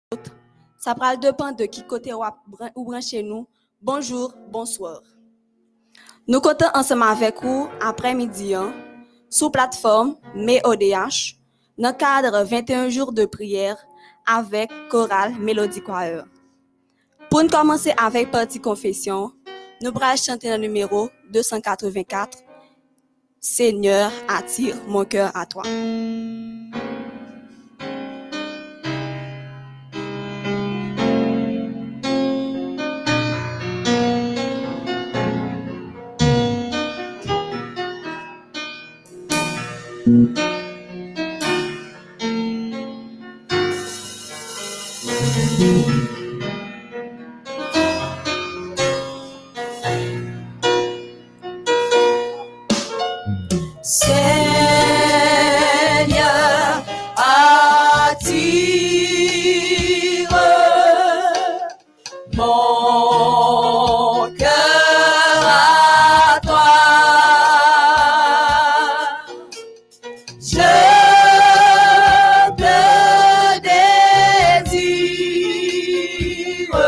Ça pral dépendre de qui côté ou brancher nous. Bonjour, bonsoir. Nous comptons ensemble avec vous après-midi sous plateforme MEODH dans le cadre 21 jours de prière avec chorale Mélodie Choir. Pour nous commencer avec partie confession, nous allons chanter le numéro 284. Seigneur, attire mon cœur à toi. Seigneur, attire mon cœur à toi. Je te désire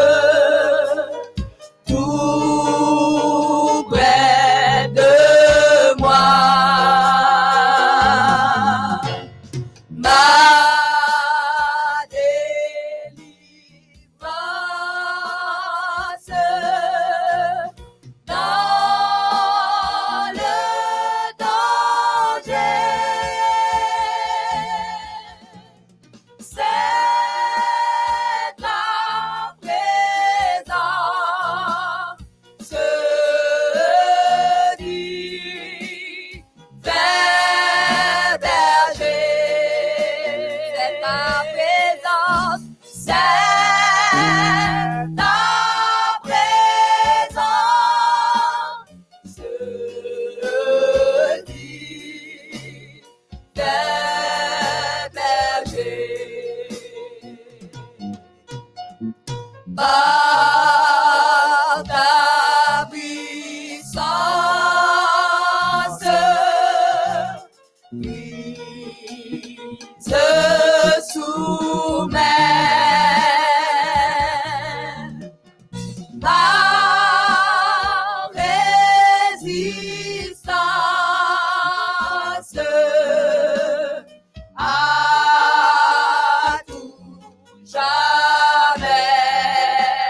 tout près de moi. Ma délivrance dans le danger, c'est ta présence divine, berger. C'est ta présence, c'est ta présence divine, berger. Par ta puissance, se soumet ma résistance à tout jamais.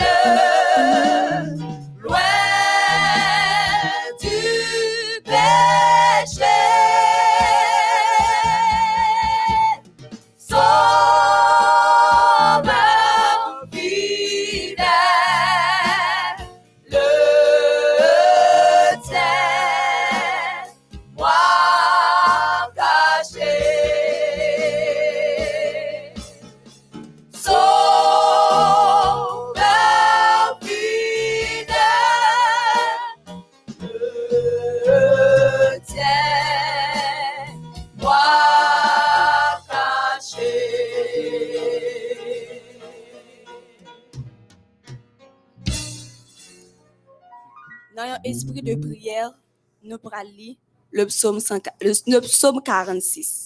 loin du péché. Sauveur fidèle, le tien, moi caché. Sauveur fidèle, le tien, moi caché. Dans un esprit de prière, nous pourrons lire le psaume 46.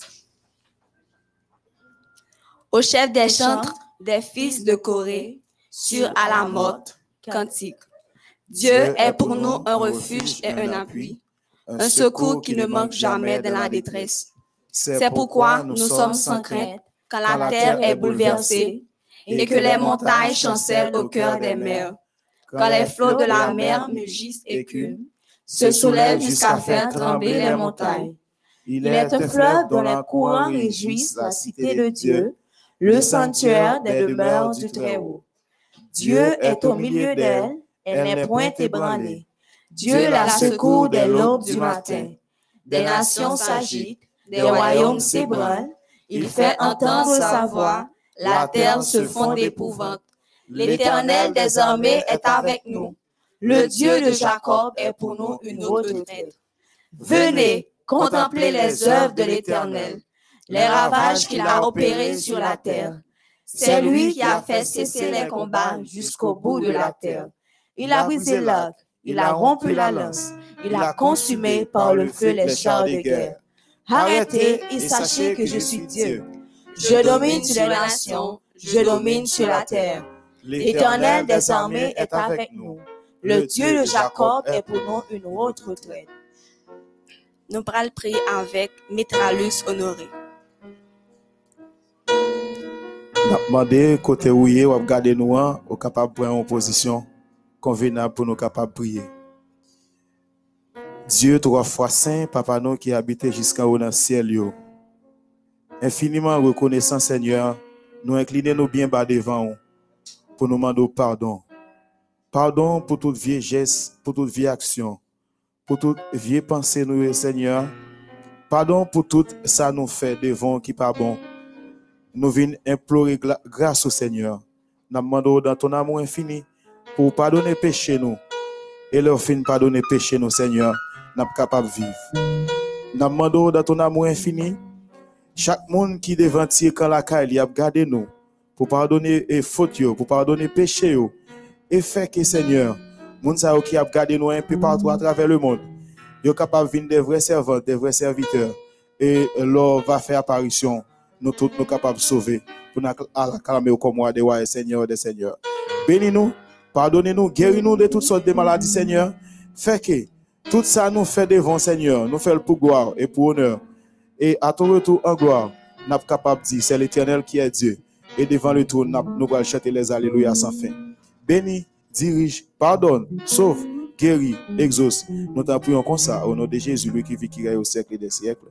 Au chef des chantres des fils de Corée, sur Alamoth, cantique. Dieu est pour nous un refuge et un appui, un secours qui ne manque jamais dans la détresse. C'est pourquoi nous sommes sans crainte quand la terre est bouleversée et que les montagnes chancellent au cœur des mers. Quand les flots de la mer mugissent et culent, se soulèvent jusqu'à faire trembler les montagnes. Il est un fleuve dont les courants réjouissent la cité de Dieu, le sanctuaire des demeures du Très-Haut. Dieu est au milieu d'elle, elle n'est point ébranlée. Dieu la secourt dès l'aube du matin. Des nations s'agitent, des royaumes s'ébranlent, il fait entendre sa voix, la terre se fond d'épouvante. L'Éternel des armées est avec nous. Le Dieu de Jacob est pour nous une retraite. Venez, contemplez les œuvres de l'Éternel, les ravages qu'il a opérés sur la terre. C'est lui qui a fait cesser les combats jusqu'au bout de la terre. Il a brisé l'arc, il a rompu la lance, il a consumé par le feu les chars de guerre. Arrêtez et sachez que je suis Dieu. Je domine sur les nations, je domine sur la terre. L'Éternel des armées est avec nous. Le Dieu de Jacob est pour nous une autre retraite. Nous pourrons prier avec Métralus Honoré. Demandez côté où est, ou regarder nous, ou capable prendre en position convenable pour nous capables prier. Dieu trois fois saint, Papa nous qui habite jusqu'en haut dans le ciel yo. Infiniment reconnaissant Seigneur, nous inclinons nous bien bas devant vous pour nous demander pardon. Pardon pour toute vieille geste, pour toute vieille action, pour toute vieille pensée nous Seigneur. Pardon pour tout ça nous fait devant qui pas bon. Nous venons implorer grâce au Seigneur. Nous demandons dans ton amour infini pour pardonner péché nous. Et leur fin pardonner péché nous Seigneur, nous sommes capables de vivre. Nous demandons dans ton amour infini, chaque monde qui devant tirer quand la caille, il a gardé nous pour pardonner les fautes, pour pardonner péché et faire que Seigneur, monde ça qui a gardé nous un peu partout à travers le monde, ils sont capables de venir des vrais servants, des vrais serviteurs et leur va faire apparition. Nous tous nous capables de sauver pour nous acclamer comme moi des rois et seigneurs des seigneurs. Bénis-nous, pardonnez-nous, guéris-nous de toutes sortes de maladies, Seigneur. Fait que tout ça nous fait devant, Seigneur, nous fait pour gloire et pour honneur. Et à ton retour en gloire, nous sommes capables de dire, c'est l'Éternel qui est Dieu. Et devant le trône, nous allons chanter les alléluia sans fin. Bénis, dirige, pardonne, sauve, guéris, exauce. Nous t'en prions comme ça, au nom de Jésus, lui qui vit, qui règne au siècle des siècles.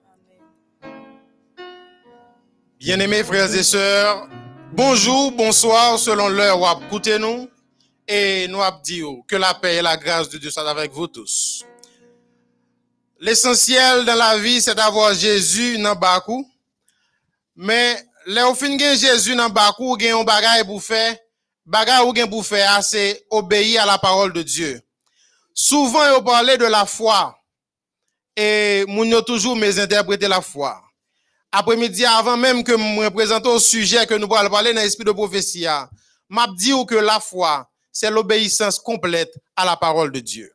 Bien-aimés frères et sœurs, bonjour, bonsoir, selon l'heure où vous écoutez nous, et nous disons que la paix et la grâce de Dieu soient avec vous tous. L'essentiel dans la vie, c'est d'avoir Jésus dans Bakou, mais là où fin gen Jésus dans Bakou, gen un bagay pour faire, c'est obéir à la parole de Dieu. Souvent, on parle de la foi, et moun yo toujours mésinterpréter la foi. Après-midi, avant même que je me présente au sujet que nous allons parler dans l'esprit de prophétie, m'a dit que la foi, c'est l'obéissance complète à la parole de Dieu.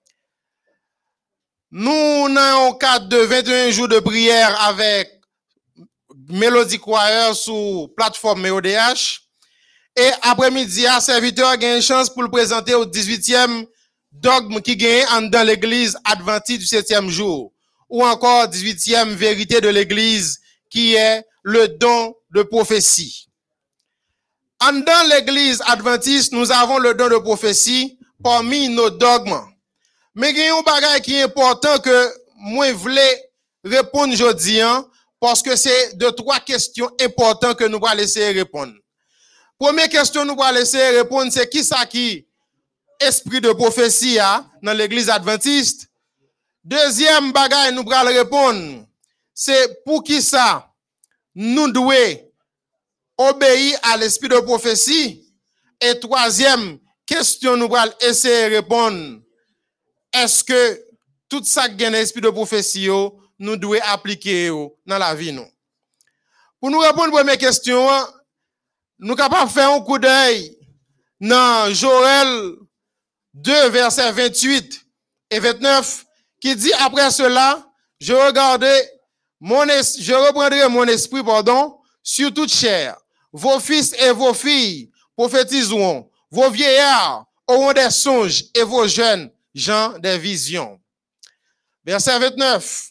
Nous avons un cadre de 21 jours de prière avec Melody Choir sur plateforme MEODH. Et après-midi, serviteur a une chance pour le présenter au 18e dogme qui gagne dans l'église adventiste du 7e jour. Ou encore 18e vérité de l'église qui est le don de prophétie. Dans l'église adventiste, nous avons le don de prophétie parmi nos dogmes. Mais il y a un bagage qui est important que moi voulais répondre aujourd'hui, parce que c'est 2-3 questions importantes que nous allons laisser répondre. Première question nous allons laisser répondre, c'est qui ça qui esprit de prophétie dans l'église adventiste? Deuxième bagage nous allons répondre, c'est pour qui ça nous devons obéir à l'esprit de prophétie. Et troisième question nous allons essayer de répondre, est-ce que tout ça qui est l'esprit de prophétie nous devons appliquer dans la vie nous? Pour nous répondre à la première question, nous sommes capables de faire un coup d'œil dans Joël 2, versets 28 et 29, qui dit, après cela, je reprendrai mon esprit, sur toute chair. Vos fils et vos filles prophétiseront, vos vieillards auront des songes et vos jeunes gens des visions. Verset 29.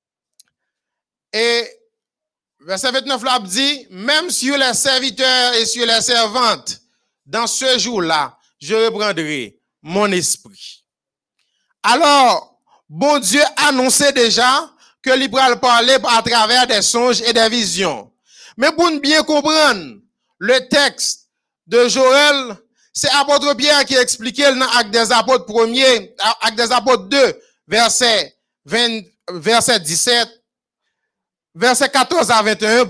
Et verset 29 là dit, même sur les serviteurs et sur les servantes, dans ce jour-là, je reprendrai mon esprit. Alors, bon Dieu annonçait déjà que l'il va parler à travers des songes et des visions. Mais pour bien comprendre le texte de Joël, c'est apôtre Pierre qui expliquait dans Actes des Apôtres 1er, Actes des Apôtres 2, verset 17, verset 14 à 21,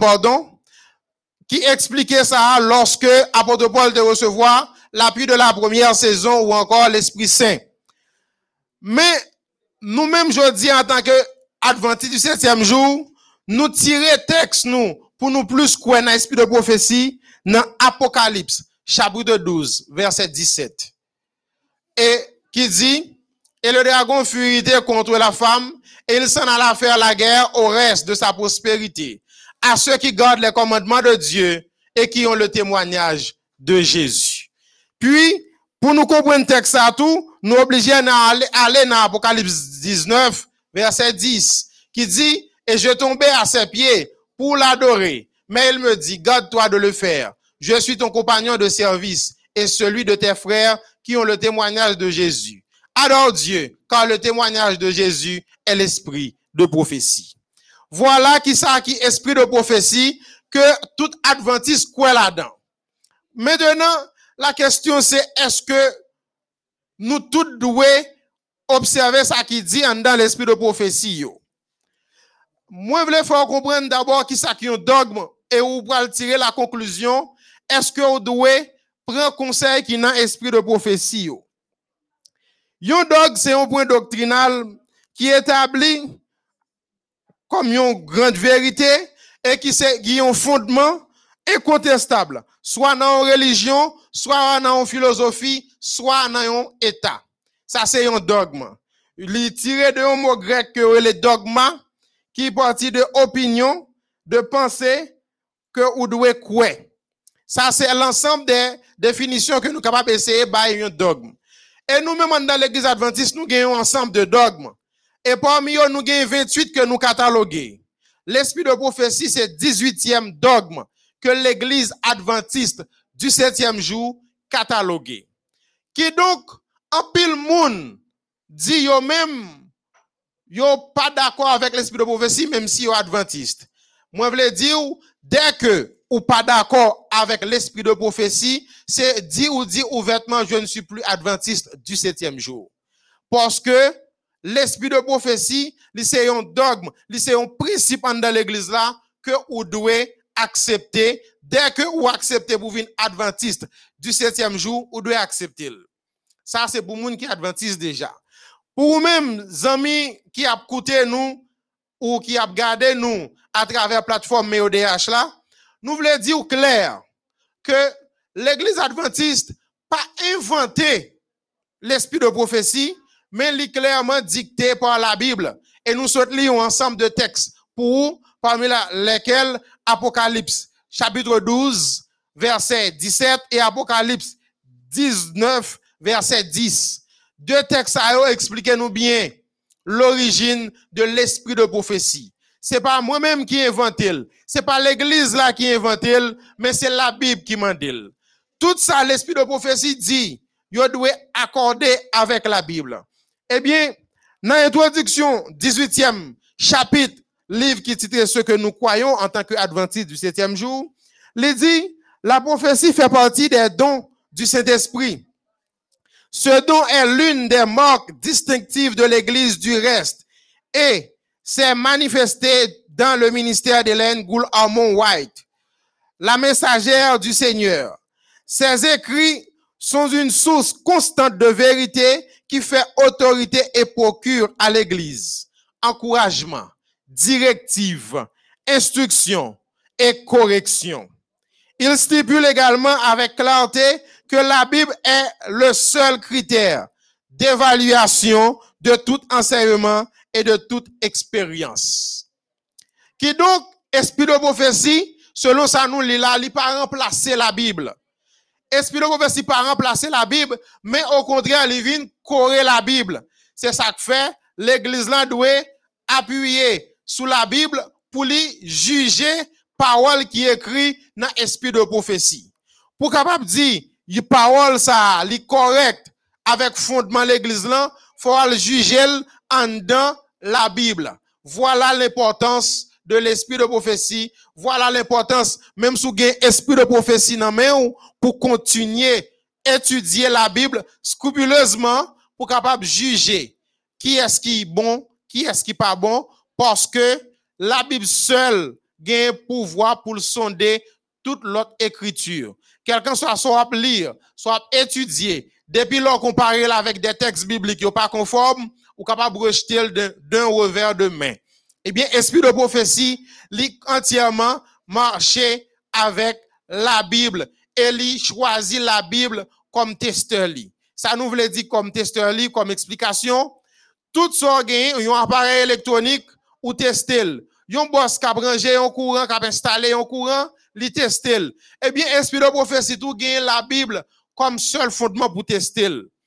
qui expliquait ça lorsque apôtre Paul de recevoir l'appui de la première saison ou encore l'Esprit Saint. Mais nous-mêmes, aujourd'hui, en tant qu'adventistes du 7e jour, nous tirons texte pour nous plus croire dans l'esprit de prophétie dans Apocalypse, chapitre 12, verset 17. Et qui dit, et le dragon fut irrité contre la femme, et il s'en alla faire la guerre au reste de sa prospérité, à ceux qui gardent les commandements de Dieu et qui ont le témoignage de Jésus. Puis, pour nous comprendre le texte à tout, nous obligés à aller dans Apocalypse 19, verset 10, qui dit, et je tombais à ses pieds pour l'adorer. Mais il me dit, garde-toi de le faire. Je suis ton compagnon de service et celui de tes frères qui ont le témoignage de Jésus. Adore Dieu, car le témoignage de Jésus est l'esprit de prophétie. Voilà qui est esprit de prophétie que tout adventiste croit là-dedans. Maintenant, la question c'est, est-ce que nous tous devons observer ça qui dit dans l'esprit de prophétie? Moi, je voulais faire comprendre d'abord qui est un dogme et où pour tirer la conclusion, est-ce que vous devez prendre conseil qui est dans l'esprit de prophétie? Un dogme, c'est un point doctrinal qui établit comme une grande vérité et qui a un fondement incontestable, soit dans une religion, soit dans une philosophie, soit dans un état. Ça, c'est un dogme. Il est tiré de un mot grec que le dogma, qui est parti de opinion, de pensée que vous devez croire. Ça, c'est l'ensemble des définitions que nous sommes capables d'essayer par un dogme. Et nous-mêmes, dans l'église adventiste, nous avons un ensemble de dogmes. Et parmi eux, nous avons 28 que nous cataloguons. L'esprit de prophétie, c'est 18e dogme que l'église adventiste du 7e jour catalogué. Qui donc, en pile monde, dit yo même, yo pas d'accord avec l'esprit de prophétie, même si yo adventiste. Moi, je veux dire, dès que ou pas d'accord avec l'esprit de prophétie, c'est dire ouvertement, je ne suis plus adventiste du 7e jour. Parce que l'esprit de prophétie, c'est un dogme, c'est un principe dans l'église là, que vous devez accepter. Dès que vous acceptez pour venir adventiste du 7e jour, vous devez accepter. Ça, c'est pour les gens qui sont adventistes déjà. Pour vous-même, amis qui ont écouté nous, ou qui ont regardé nous à travers la plateforme MEODH là, nous voulons dire clair que l'église adventiste n'a pas inventé l'esprit de prophétie, mais il est clairement dicté par la Bible. Et nous lisons ensemble de textes pour parmi lesquels Apocalypse chapitre 12, verset 17 et Apocalypse 19, verset 10. Deux textes à expliquer nous bien l'origine de l'esprit de prophétie. C'est pas moi-même qui invente, c'est pas l'église là qui invente, mais c'est la Bible qui m'en dit. tout ça, l'esprit de prophétie dit, vous devez accorder avec la Bible. Eh bien, dans l'introduction 18e chapitre, livre qui titre Ce que nous croyons en tant qu'adventistes du 7e jour, il dit, la prophétie fait partie des dons du Saint-Esprit. Ce don est l'une des marques distinctives de l'Église du reste et s'est manifesté dans le ministère d'Hélène Gould Harmon White, la messagère du Seigneur. Ses écrits sont une source constante de vérité qui fait autorité et procure à l'Église encouragement, directive, instruction et correction. Il stipule également avec clarté que la Bible est le seul critère d'évaluation de tout enseignement et de toute expérience. Qui donc, esprit de prophétie, selon ça nous lit là, il pas remplacer la Bible. Esprit de prophétie pas remplacer la Bible, mais au contraire, il vient corriger la Bible. C'est ça que fait, l'église là doit appuyer sur la Bible pour lui juger parole qui est écrit dans esprit de prophétie. Pour capable dire, y parole ça, li correct avec fondement l'église là, faut le juger en dans la Bible. Voilà l'importance de l'esprit de prophétie. Voilà l'importance, même sous un esprit de prophétie dans main pour continuer étudier la Bible scrupuleusement pour capable juger qui est-ce qui est bon, qui est-ce qui est pas bon, parce que la Bible seule a un pouvoir pour sonder toute l'autre écriture. Quelqu'un soit lire, soit étudier, depuis lors comparer avec des textes bibliques qui sont pas conformes, ou capable de rejeter d'un revers de main. Eh bien, esprit de prophétie, lit entièrement marcher avec la Bible et lui choisit la Bible comme testeur. Ça nous veut dire comme testeur, comme explication. Tout ça gagne, un appareil électronique ou tester. Un boss qui a branché un courant, qui a installé un courant, li tester. Eh bien, esprit de prophétie, tout gagne la Bible comme seul fondement pour tester.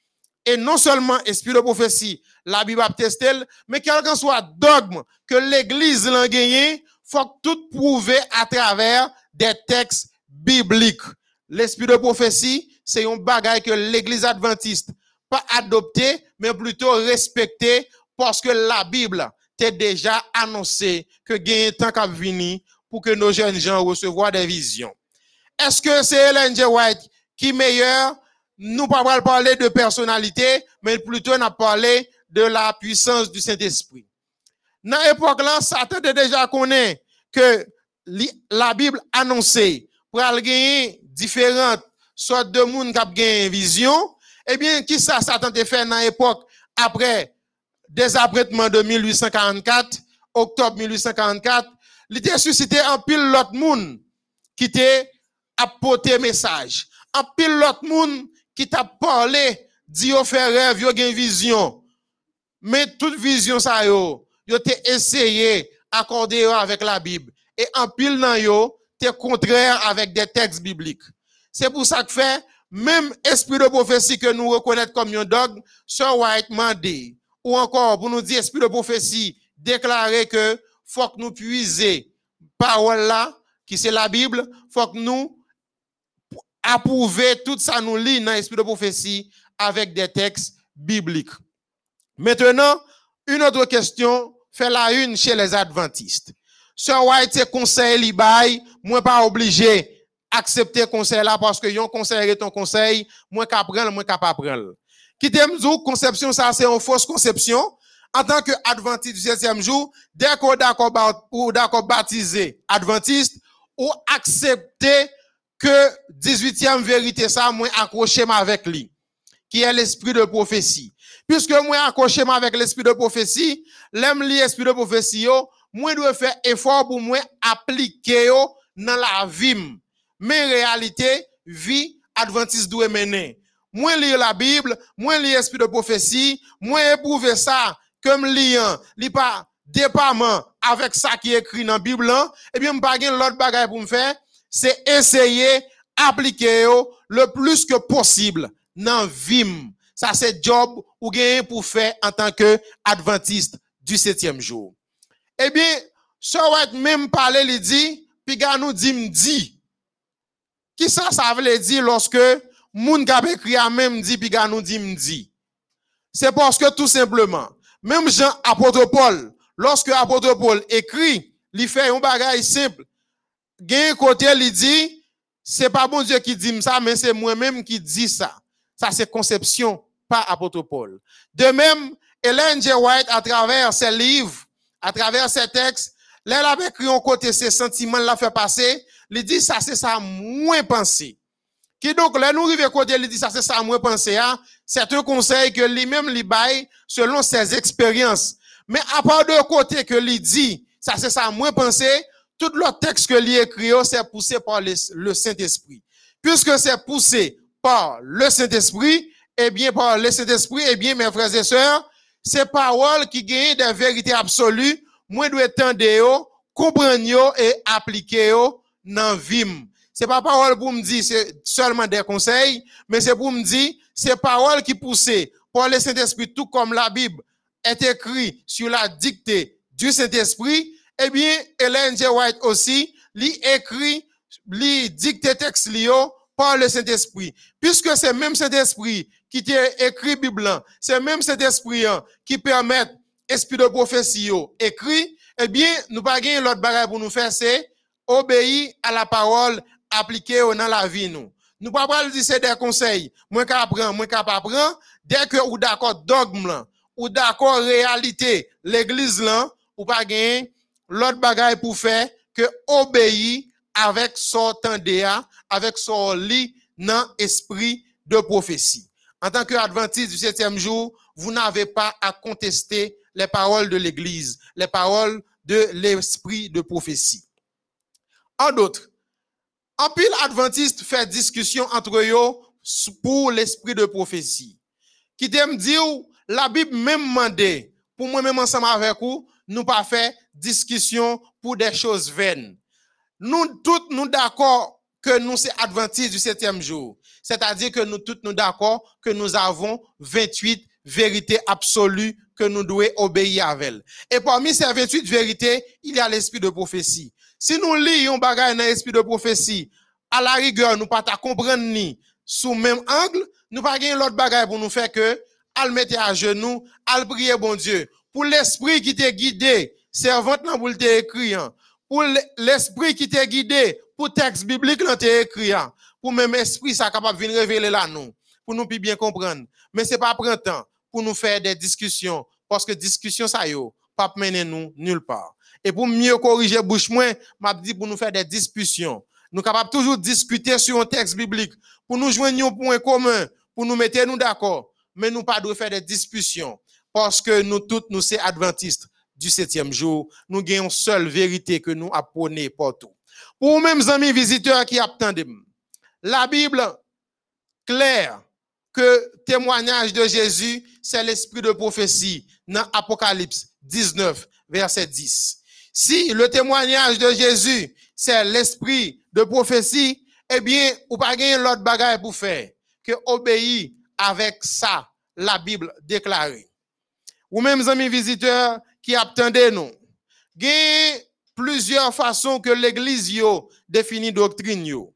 Et non seulement esprit de prophétie, la Bible a testé, mais quel que soit dogme que l'église l'a gagné, faut que tout prouve à travers des textes bibliques. L'esprit de prophétie, c'est un bagage que l'église adventiste pas adopté, mais plutôt respecté parce que la Bible t'a déjà annoncé que gagne temps qu'a venir pour que nos jeunes gens recevoir des visions. Est-ce que c'est Ellen G. White qui est meilleur? Nous pas parler de personnalité, mais plutôt n'a parlé de la puissance du Saint-Esprit. Dans l'époque là, Satan déjà connaît que la Bible annonçait pour gagner différentes sortes de monde qui a gagné vision. Eh bien, qui ça Satan te fait dans l'époque après des apprêtements de 1844, octobre 1844, il était suscité en pile l'autre monde qui t'a apporté message. En pile l'autre monde qui t'a parlé, dit yo fait rêve, yo gen vision. Mais toute vision ça yo t'es essayé accorder avec la Bible. Et en pile nan yo, t'es contraire avec des textes bibliques. C'est pour ça que fait, même esprit de prophétie que nous reconnaissons comme un dogme, Sir White mandé, ou encore pour nous dire esprit de prophétie, déclarer que faut que nous puiser parole là, qui c'est la Bible, faut que nous approuver tout ça nous lit dans l'esprit de prophétie avec des textes bibliques. Maintenant, une autre question fait la une chez les adventistes. Sir White c'est conseil li bay, moi pas obligé accepter conseil là parce que yon conseil ton conseil, moi qu'à prendre, moi qu'à pas prendre. Qui t'aime dire conception ça c'est une fausse conception. En tant que adventiste du 7e jour, dès qu'on d'accord baptisé adventiste ou accepter que 18e vérité ça moi accroché avec lui qui est l'esprit de prophétie. Puisque moi accroché avec l'esprit de prophétie, l'aime l'esprit de prophétie yo, moi dois faire effort pour moi appliquer yo dans la vie. Mais réalité vie adventiste doit mener. Moi lire la Bible, moi lire l'esprit de prophétie, moi éprouver ça comme liant, li pas dépendant avec ça qui est écrit dans la Bible là, et bien m'pa gen l'autre bagage pour me faire, c'est essayer appliquer yo le plus que possible dans vie. Ça c'est job ou gain pour faire en tant que adventiste du 7e jour. Eh bien, ça va être même parler, il dit, puis gars nous dit, Qui ça veut dire lorsque moun k'ap écrit a même dit puis gars nous dit m'di? C'est parce que tout simplement, même Jean apôtre Paul, lorsque apôtre Paul écrit, il fait un bagage simple. Gain côté il dit c'est pas bon Dieu qui dit ça mais c'est moi-même qui dis ça. Ça c'est conception par apôtre Paul. De même, Ellen G. White à travers ses livres, à travers ses textes, là elle a écrit un côté ses sentiments l'a fait passer, il dit ça c'est ça moins pensé. Qui donc là nous arrive côté il dit ça c'est ça moins pensé hein, c'est un conseil que lui-même lui baille selon ses expériences. Mais à part de côté que lui dit ça c'est ça moins pensé, tout le texte que lui écrit c'est poussé par le Saint-Esprit. Puisque c'est poussé par le Saint-Esprit, eh bien par le Saint-Esprit, eh bien mes frères et sœurs, ces paroles qui gagnent des vérités absolues, moi dois tendre comprendre et appliquer dans vie. C'est pas parole pour me dire c'est seulement des conseils, mais c'est pour me dire c'est paroles qui poussées par le Saint-Esprit tout comme la Bible est écrite sur la dictée du Saint-Esprit. Eh bien, Ellen G. White aussi, lui écrit, lui dicte texte par le Saint-Esprit. Puisque c'est même Saint-Esprit qui t'a écrit Bible, c'est même Saint-Esprit qui permet esprit de prophétie écrit, eh bien, nous pas gagner l'autre bagage pour nous faire, c'est obéir à la parole appliquée dans la vie nous. Nous pas pas dire c'est des conseils, moins qu'à prendre, moins qu'à pas prendre, dès que ou d'accord dogme là, ou d'accord réalité, l'église là, ou pas gagner l'autre bagaille pour faire que obéir avec son tendéa, avec son lit dans esprit de prophétie. En tant qu'adventiste du 7e jour, vous n'avez pas à contester les paroles de l'église, les paroles de l'esprit de prophétie. En d'autres, en pile adventiste fait discussion entre eux pour l'esprit de prophétie. Qui t'aime dire, la Bible même mandé, pour moi-même ensemble avec vous, nous pas faire discussion pour des choses vaines. Nous tous nous d'accord que nous c'est adventistes du 7e jour. C'est-à-dire que nous tous nous d'accord que nous avons 28 vérités absolues que nous devons obéir avec elles. Et parmi ces 28 vérités, il y a l'esprit de prophétie. Si nous lisons bagay dans l'esprit de prophétie, à la rigueur, nous pas ta comprendre ni sous même angle, nous pas gagner l'autre bagay pour nous faire que à le mettre à genoux, à le prier bon Dieu. Pour l'esprit qui t'a guidé, servante là pour te écrit, pour l'esprit qui t'a guidé, pour texte biblique là t'a écrit, pour même esprit ça capable venir révéler là nous, pour nous plus bien comprendre. Mais c'est pas printemps pour nous faire des discussions parce que discussion ça yo pas mener nous nulle part. Et pour mieux corriger bouche moins, m'a dit pour nous faire des discussions. Nous capables toujours discuter sur un texte biblique pour nous joindre un point commun, pour nous mettre nous d'accord, mais nous pas de faire des discussions parce que nous tous nous c'est adventistes du 7e jour, nous gagnons seule vérité que nous apprenons partout. Pour mêmes amis visiteurs qui attendent, la Bible claire que témoignage de Jésus, c'est l'esprit de prophétie dans Apocalypse 19 verset 10. Si le témoignage de Jésus, c'est l'esprit de prophétie, eh bien, ou pas gagner l'autre bagaille pour faire que obéir avec ça, la Bible déclarée. Ou même amis visiteurs qui attendent nous, il y a plusieurs façons que l'église yo définit doctrine yo.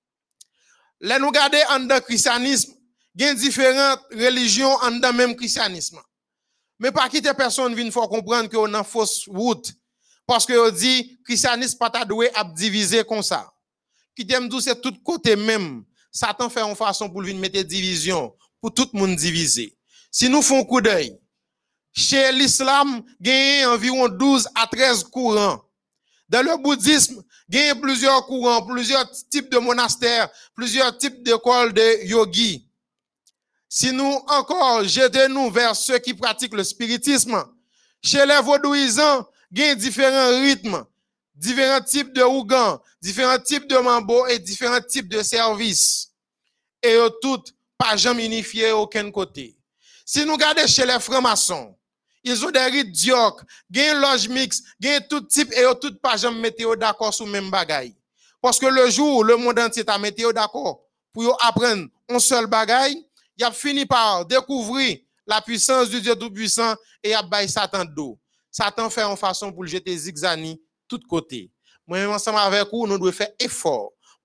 Là nous garder en dans christianisme, il y a différentes religions en dans même christianisme. Mais pas quitter personne vient faut comprendre que on en fausse route parce que on dit christianisme pas ta doué à diviser comme ça. Qui t'aime tout c'est tout côté même. Satan fait une façon pour venir mettre division pour tout le monde diviser. Si nous font coup d'œil, chez l'islam, il y a environ 12 à 13 courants. Dans le bouddhisme, il y a plusieurs courants, plusieurs types de monastères, plusieurs types d'écoles de yogis. Si nous encore jetons-nous vers ceux qui pratiquent le spiritisme, chez les vaudouisants, il y a différents rythmes, différents types de ougans, différents types de mambo et différents types de services. Et toutes pas jamais unifiés aucun côté. Si nous regardons chez les francs-maçons, ils ont des rites diocres, il y a une loge mixte, il y a tout type et toutes pas jamais mettre d'accord sur le même bagaille. Parce que le jour où le monde entier t'a mettre d'accord pour apprendre un seul bagaille, il a fini par découvrir la puissance du Dieu Tout-Puissant et il a baillé Satan de dos. Satan fait en façon pour le jeter zigzani tout côté. Moi-même ensemble avec vous, nous devons faire effort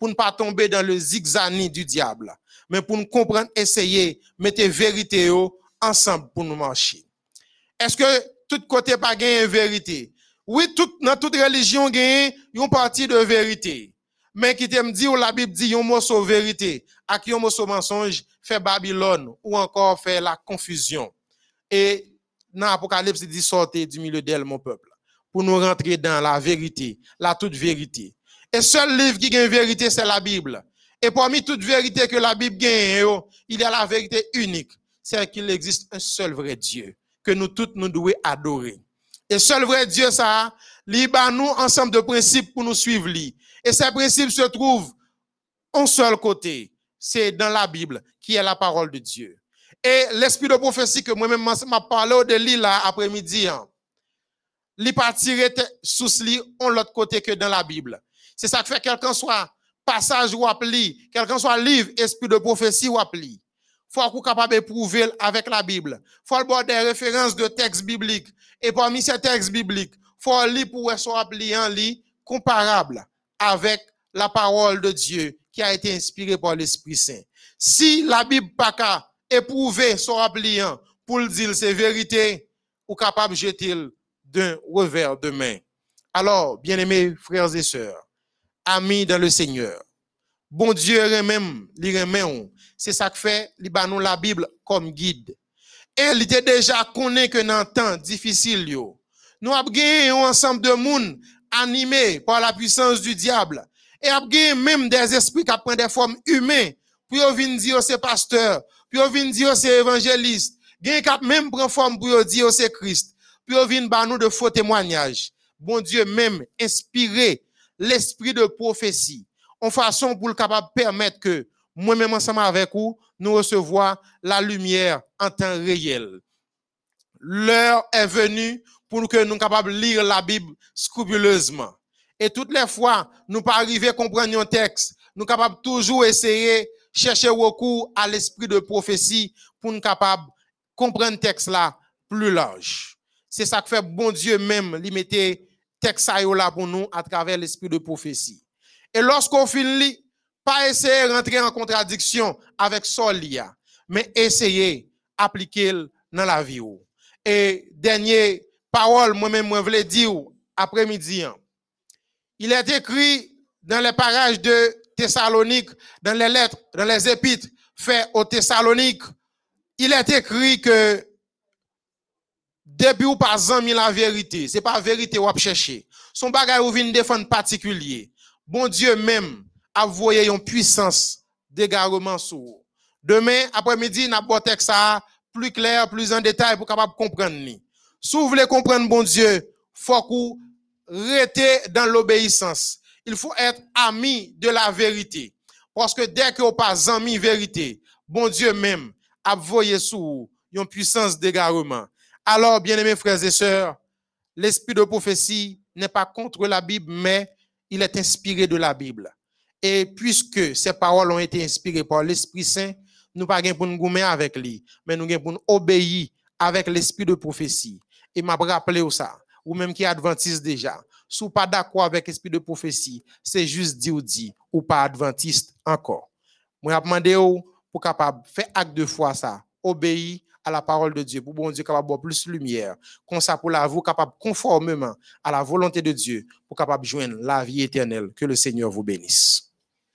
pour ne pas tomber dans le zigzag du diable, mais pour nous comprendre, essayer, mettre vérité ensemble pour nous marcher. Est-ce que tout côté pas gagne vérité? Oui, dans toute religion gagne une partie de vérité. Mais qui t'aime dit ou la Bible dit un morceau vérité, à qui un morceau mensonge fait Babylone ou encore fait la confusion. Et dans l'Apocalypse, il dit sortez du milieu d'elle, mon peuple, pour nous rentrer dans la vérité, la toute vérité. Et seul livre qui gagne vérité, c'est la Bible. Et parmi toute vérité que la Bible gagne, il y a la vérité unique, c'est qu'il existe un seul vrai Dieu que nous tous nous devons adorer. Et seul vrai Dieu, ça, il a nous ensemble de principes pour nous suivre. Et ces principes se trouvent en seul côté, c'est dans la Bible, qui est la parole de Dieu. Et l'esprit de prophétie que moi-même m'a parlé de lui là après-midi, il pas tiré sous lui en l'autre côté que dans la Bible. C'est ça qui fait quelqu'un soit passage ou appli, quelqu'un soit livre, esprit de prophétie ou appli. Faut qu'on capable de prouver avec la Bible. Faut avoir des références de textes bibliques. Et parmi ces textes bibliques, faut lire pour soit appli en lit comparable avec la parole de Dieu qui a été inspirée par l'Esprit Saint. Si la Bible pas qu'à éprouver son appliant pour le dire c'est vérité, ou capable de jeter d'un revers de main. Alors, bien-aimés frères et sœurs, amis dans le Seigneur, bon Dieu même, c'est ça que fait, il nous la Bible comme guide. Et il était déjà connu que dans un temps difficile, nous avons gagné un ensemble de monde animé par la puissance du diable. Et avons gagné même des esprits qui prennent des formes humaines. Puis on vient dire c'est pasteur, puis on vient dire c'est évangéliste. Gagné qui même prend forme pour dire c'est Christ. Puis on vient par nous de faux témoignages. Bon Dieu même inspiré l'esprit de prophétie en façon pour le capable permettre que moi-même ensemble avec vous, nous recevoir la lumière en temps réel. L'heure est venue pour que nous soyons capables de lire la Bible scrupuleusement. Et toutes les fois, nous pas arriver à comprendre un texte, nous sommes capables toujours essayer chercher recours à l'esprit de prophétie pour nous capables de comprendre le texte là plus large. C'est ça que fait bon Dieu même, il mettait texte là pour nous à travers l'esprit de prophétie. Et lorsqu'on finit, pas essayer de rentrer en contradiction avec Solia, mais essayer d'appliquer dans la vie. Et dernière parole, moi-même, je voulais dire après-midi. Il est écrit dans les parages de Thessalonique, dans les lettres, dans les épîtres faites aux Thessaloniques, il est écrit que depuis ou pas zami la vérité, c'est pas vérité ou à chercher. Son bagage ou vient défendre particulier. Bon Dieu même a voyé une puissance d'égarement sur. Demain après-midi, n'a pas texte ça plus clair, plus en détail pour capable comprendre ni. Si vous voulez comprendre bon Dieu, faut que rester dans l'obéissance. Il faut être ami de la vérité. Parce que dès que vous pas ami vérité, bon Dieu même a voyé sous une puissance d'égarement. Alors, bien-aimés frères et sœurs, l'esprit de prophétie n'est pas contre la Bible, mais il est inspiré de la Bible. Et puisque ces paroles ont été inspirées par l'Esprit Saint, nous pas pour nous gommer avec lui, mais nous pour nous obéir avec l'esprit de prophétie. Et m'a rappelé ça, ou même qui est adventiste déjà, si vous pas d'accord avec l'esprit de prophétie, c'est juste dit ou pas adventiste encore. Moi demandé pour capable faire acte de foi ça, obéir à la parole de Dieu, pour bon Dieu capable de plus lumière, comme ça pour la vous capable conformément à la volonté de Dieu, pour capable joindre la vie éternelle. Que le Seigneur vous bénisse.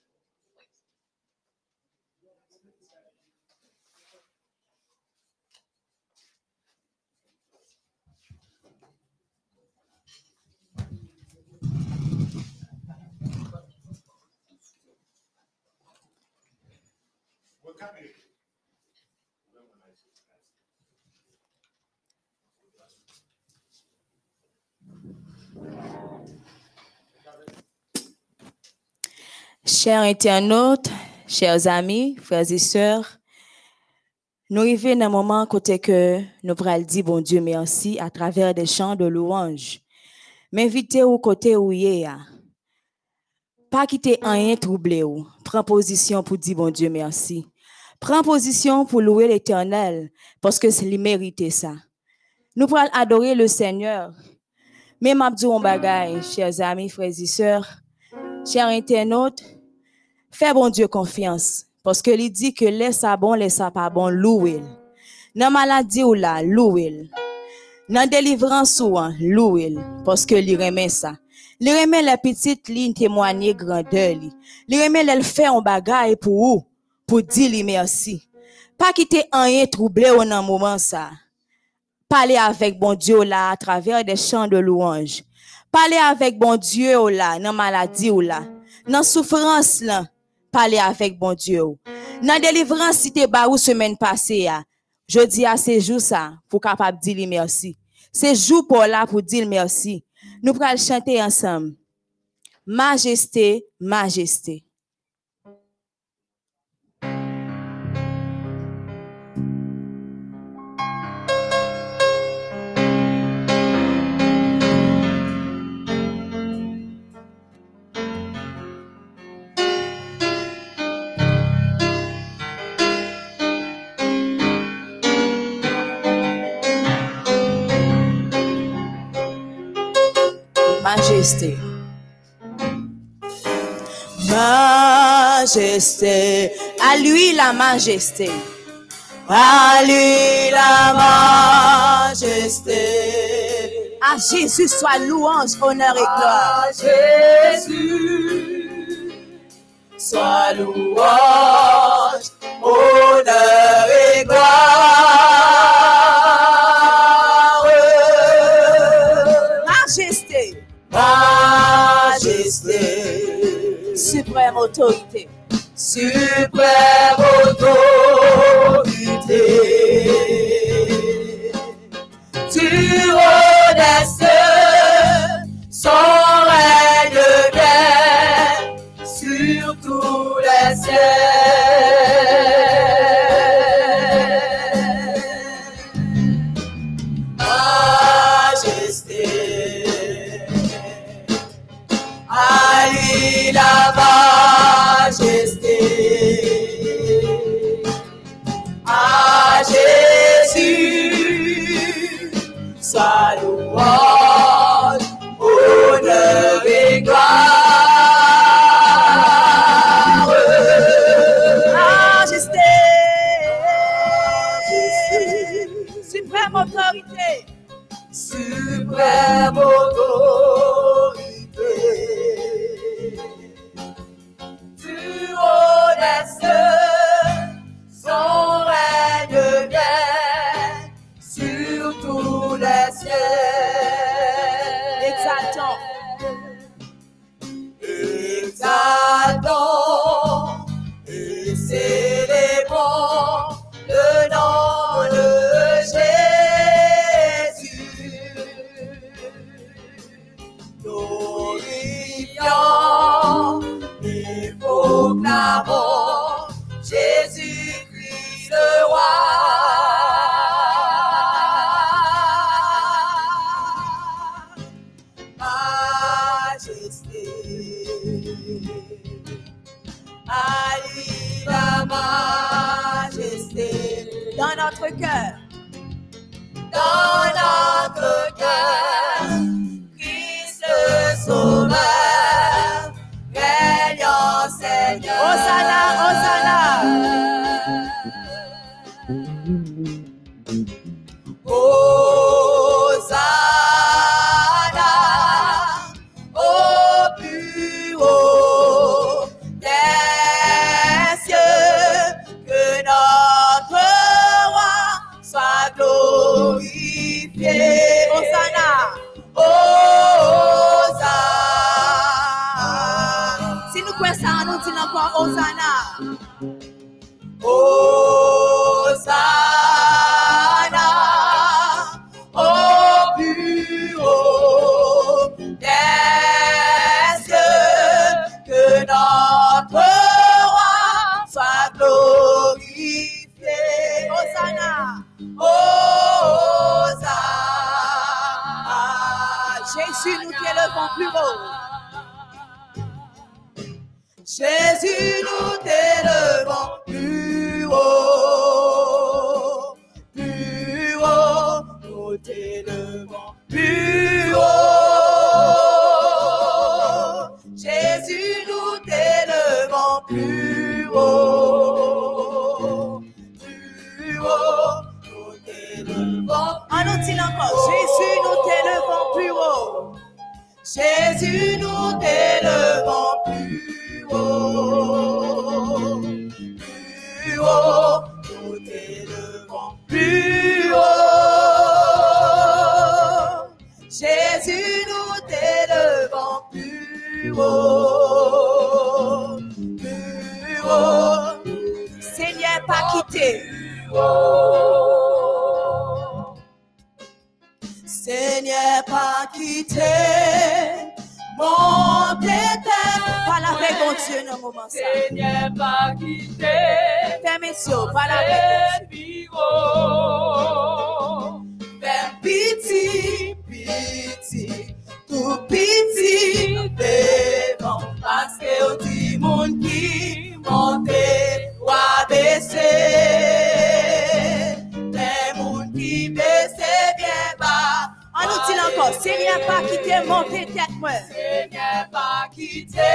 Chers internautes, chers amis, frères et sœurs, nous arrivons dans un moment côté que nous pourrons dire bon Dieu merci à travers des chants de louange. M'inviter au côté où il est. Pas quitter rien troublé ou. Prends position pour dire bon Dieu merci. Prends position pour louer l'Éternel parce que c'est lui mérite ça. Nous pourrons adorer le Seigneur. Mais m'abdou on bagaille, chers amis, frères et sœurs, chers internautes, Fais bon Dieu confiance. Parce que il dit que laisse ça bon, laisse ça pas bon, louer. Dans maladie ou là, louer. Dans délivrance ou louer. Parce que il remet ça. Il remet la petite ligne témoigner grandeur. Il remet le faire un bagage pour dire lui merci. Pas quitter rien troublé au nan moment ça. Parler avec bon Dieu là à travers des chants de louange. Parler avec bon Dieu là dans maladie ou là, dans souffrance là, parler avec bon Dieu. Dans délivrance si t'es ba ou semaine passée ya. Je dis à ces jours ça pour capable dire merci. C'est jour pour là pour dire merci. Nous pral chanter ensemble. Majesté, majesté. Majesté. Majesté, à lui la majesté. À lui la majesté. À Jésus soit louange, honneur et gloire. À Jésus soit louange, honneur et gloire. Majesté. Majesté, Suprême autorité. suprême autorité, tu redescends son règne de guerre sur tous les cieux. Majesté, à lui la majesté, à Jésus sa louange, honneur et gloire. Majesté. Suprême autorité. Suprême autorité, tu redescends son règne de guerre sur tous les cieux. Exaltant. Exaltons et célébrons le nom de Jésus. Glorifions et proclamons Jésus-Christ le roi. Majesté, à lui la majesté. Dans notre cœur. Dans notre cœur, Christ le Sauveur, règnant Seigneur. Hosanna, Hosanna. Hosanna au plus haut des cieux, que notre roi soit glorifié. Hosanna. Hosanna. Si nous croyons ça, nous disons encore Hosanna. Hosanna au plus haut des cieux, que notre roi soit glorifié. Hosanna. Hosanna. Jésus, nous t'élevons plus haut. Jésus, nous t'élevons plus haut, plus haut, nous t'élevons plus haut. Jésus, nous t'élevons plus t'élevons. En nous dit encore, Jésus, nous t'élevons plus haut. Jésus, nous t'élevons plus haut. Plus haut, nous t'élevons plus haut. Jésus, nous t'élevons plus haut. Plus haut, Seigneur, pas quitté. Seigneur, pas quitté mon éternel. Parle avec mon Dieu dans le moment ça. Seigneur, pas quitté Fermez les yeux, parle avec plus haut. Fais pitié, pitié, tout pitié devant, parce que au dit monde qui monte ou a baissé. Les monde qui baisse bien bas. En nous dit encore, Seigneur, pas quitté mon tête moi. Seigneur, pas quitté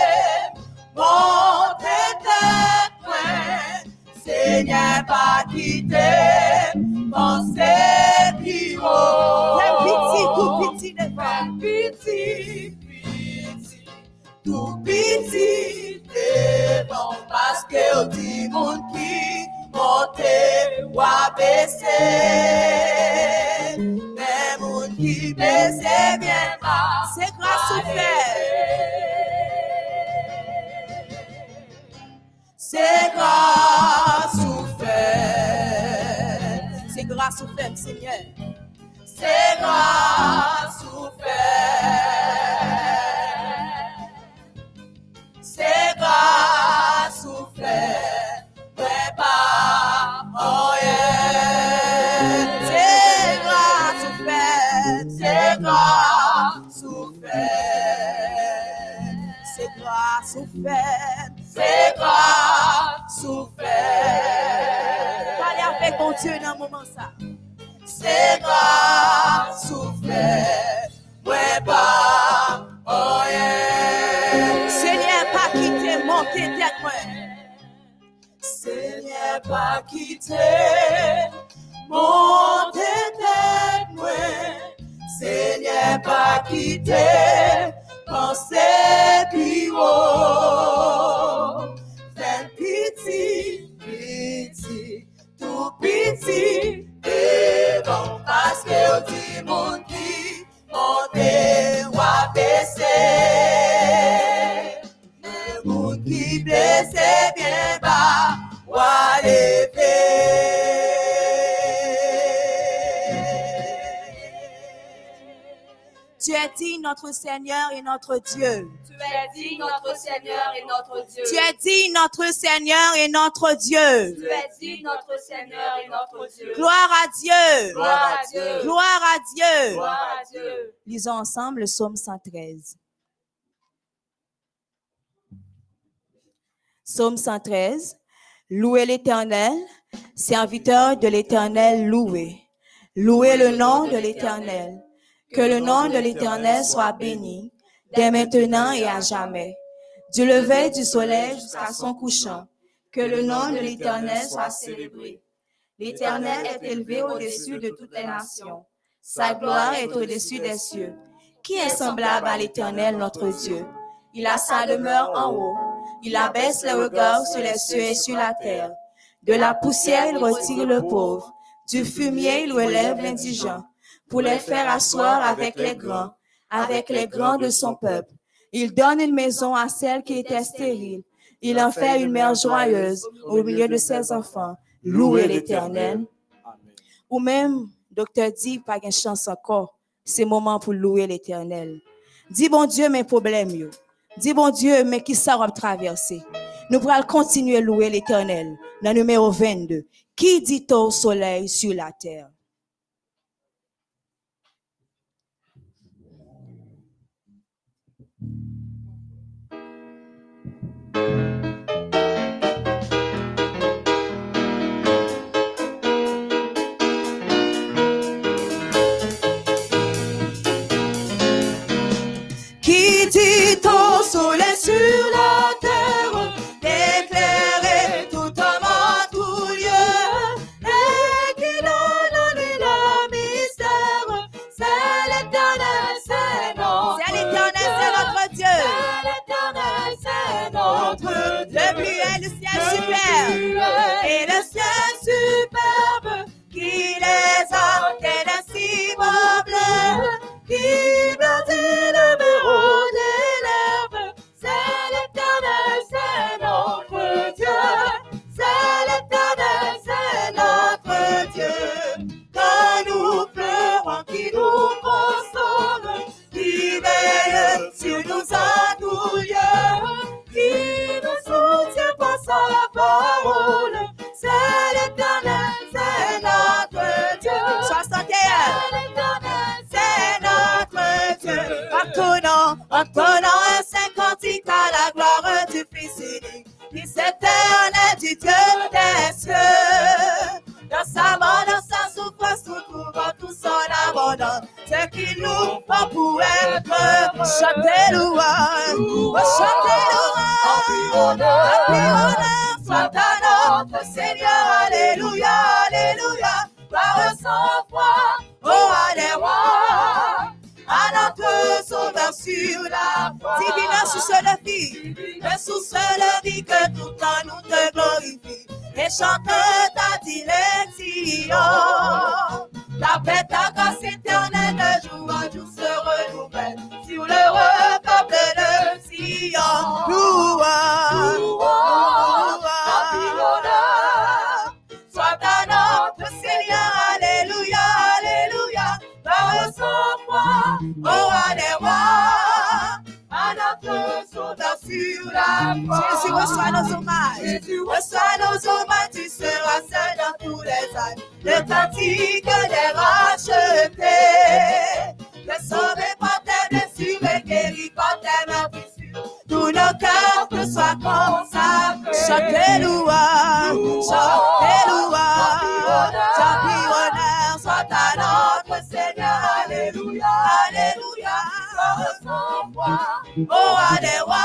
mon tête moi. Seigneur, pas quitté pensez plus haut. Fais pitié, tout pitié devant. Pitié, pitié, tout pitié devant, parce que au dit monde qui monte ou a baissé. Mais monde qui baisse bien bas. C'est grâce au fait. C'est grâce au fait. C'est grâce au fait, Seigneur. C'est grâce au fait. C'est grâce au fait. Mais pas oh yeah. C'est grâce au fait. C'est grâce au fait. C'est grâce au fait. C'est grâce au fait. Parlez avec mon Dieu dans le moment ça. C'est grâce au fait. Ouais, pas, oh yeah. Seigneur, pas quitté mon tête moi. Seigneur, pas quitté mon tête, moi. Seigneur, pas quitté pensez plus haut. Fais pitié, pitié, tout pitié devant, parce que au dit monde qui monte ou a baissé. Le monde qui blesse bien bas ou a levé. Tu es dit notre Seigneur et notre Dieu. Tu es dit notre Seigneur et notre Dieu. Tu es dit notre Seigneur et notre Dieu. Tu es dit notre Seigneur et notre Dieu. Gloire à Dieu. Gloire à Dieu. Gloire à Dieu. Gloire à Dieu. Lisons ensemble le psaume 113. Psaume 113. Louez l'Éternel, serviteur de l'Éternel, louez. Louez le nom de l'Éternel. Que le nom de l'Éternel soit béni, dès maintenant et à jamais. Du lever du soleil jusqu'à son couchant. Que le nom de l'Éternel soit célébré. L'Éternel est élevé au-dessus de toutes les nations. Sa gloire est au-dessus des cieux. Qui est semblable à l'Éternel, notre Dieu? Il a sa demeure en haut. Il abaisse les regards sur les cieux et sur la terre. De la poussière, il retire le pauvre. Du fumier, il relève l'indigent, pour les faire asseoir avec les grands de son peuple. Il donne une maison à celle qui était stérile. Il en fait une mère joyeuse au milieu de ses enfants. Louez l'Éternel. Ou même, docteur dit, pas une chance encore. C'est moment pour louer l'Éternel. Dis bon Dieu, mes problèmes, yo. Dis bon Dieu, mais qui ça va traverser. Nous pourrons continuer à louer l'Éternel. Dans le numéro 22. Qui dit au soleil sur la terre? Qui dit au soleil sur la terre, d'éclairer tout homme en tout lieu, et qui donne abondante, c'est qu'il nous faut pour être heureux. Chantez louange, chantez louange, soit à notre Seigneur, alléluia, alléluia, gloire sans foi, oh alléluia, à notre Sauveur sur la croix. Divine source de vie, le source de vie que tout temps nous te glorifie, et chante ta direction. Ta paix, ta grâce éternelle, de jour en jour se renouvelle sur l'heureux peuple de Sion. Louange, soit à notre Seigneur, alléluia, alléluia, gloire sans foi, oh alléluia, à notre Sauveur sur la croix. Jésus reçoit nos hommages, Jésus reçoit nos hommages, tu seras seul dans tous les âges, le cantique des rachetés, le sauvé par tes blessures et guéri par tes meurtrissures, tous nos cœurs te soient consacrés. Chantez louange, chantez louange, chantez honneur, soit à notre Seigneur, alléluia, alléluia, sans foi, oh alléluia,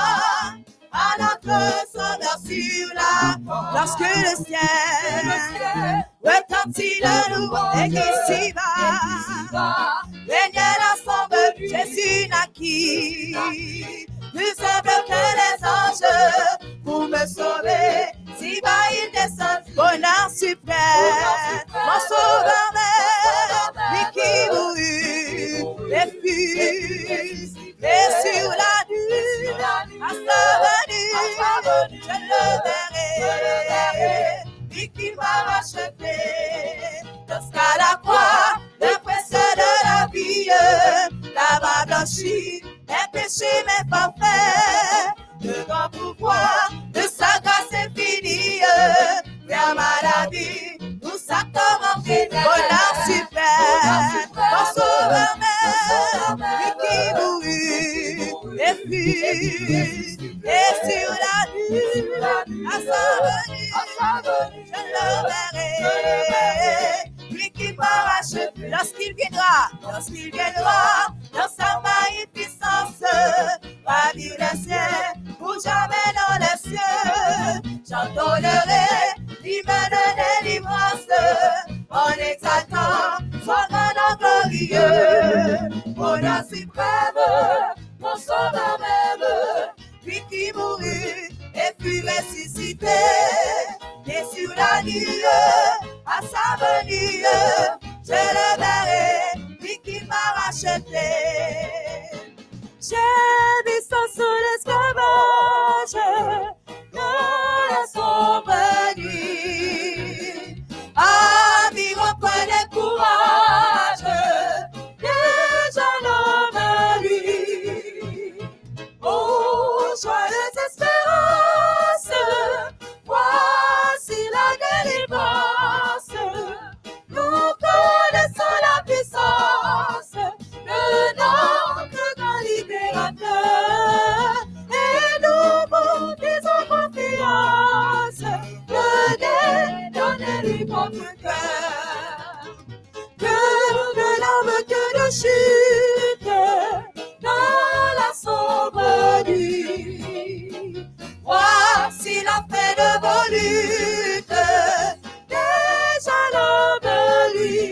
à notre Sauveur sur la croix. Lorsque le ciel retentit le loup et qu'ici va, régnait l'ensemble, Jésus naquit, plus simple que les anges, pour me sauver, si bas il descend, bonheur suprême, mon sauveur même, lui qui mourut, et fut, et sur la nuit, à sa venue, je le verrai, lui qui m'a racheté, jusqu'à la croix, le précieux de la vie, là-bas blanchi, les péchés, mes forfaits, de grand pouvoir, de sa grâce infinie, vers maladie, nous s'attendons en prière, bonheur suprême, mon sauveur même, lui qui mourut, et fut, et sur la nuit, à sa venue, je le verrai, lui qui m'a racheté, lorsqu'il viendra, dans sa magnificence, ravir les cieux, pour jamais dans les cieux, j'entendrai, il me donne délivrance, en exaltant, son nom glorieux, bonheur suprême, mon sauveur même, lui qui mourut, et fut ressuscité, et sur la nuit, à sa venue, je le verrai, lui qui m'a racheté. J'ai mis son sous l'esclavage, dans la sombre nuit, à vivre prenez courage, déjà l'homme lui. Oh, joyeuse espérance, voici la délivrance, nous connaissons la puissance de notre grand libérateur, et nous vous disons confiance, donnez-lui votre cœur, que de larmes, que de chute, dans la sombre nuit, voici la fin de vos luttes, déjà l'homme lui.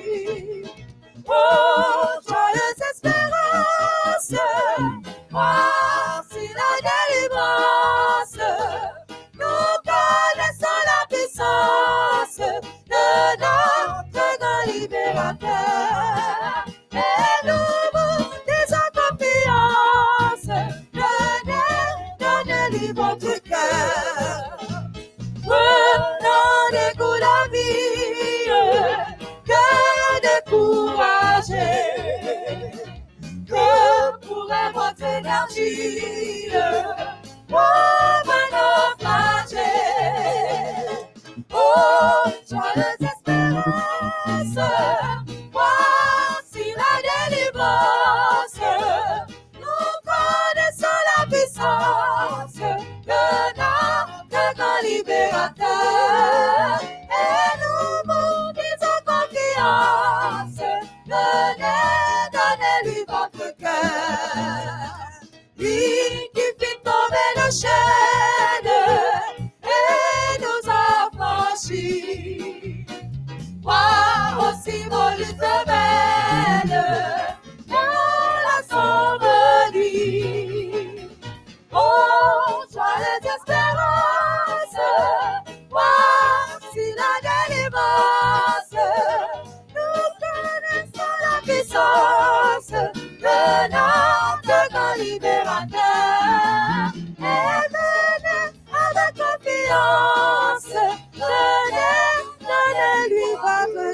Oh, joyeuse espérance, voici la délivrance, nous connaissons la puissance de notre grand libérateur, et nous vous disons confiance, donnez-lui votre cœur, prenez goût la vie, cœur découragé, que pourrait votre énergie, oh, naufragé, oh, joyeuse espérance, voici la délivrance, nous connaissons la puissance de notre grand libérateur, et nous vous disons confiance, lui se mêle dans la sauverie. Oh, joyeuse espérance, voici la délivrance. Nous connaissons la puissance de notre grand libérateur. Et venez avec confiance, donnez-lui votre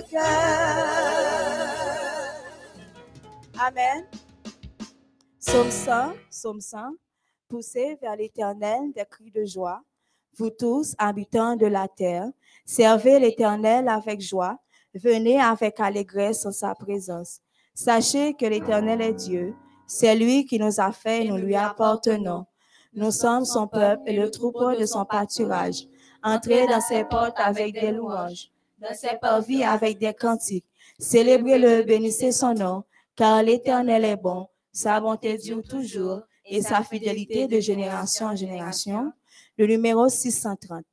cœur. Amen. Psaume 100. Poussez vers l'Éternel des cris de joie. Vous tous, habitants de la terre, servez l'Éternel avec joie. Venez avec allégresse en sa présence. Sachez que l'Éternel est Dieu. C'est lui qui nous a fait et nous lui appartenons. Nous sommes son peuple et le troupeau de son pâturage. Entrez dans ses portes avec des louanges, dans ses parvis avec des cantiques. Célébrez-le, bénissez son nom, car l'Éternel est bon. Sa bonté dure toujours et sa fidélité de génération en génération. Le numéro 630.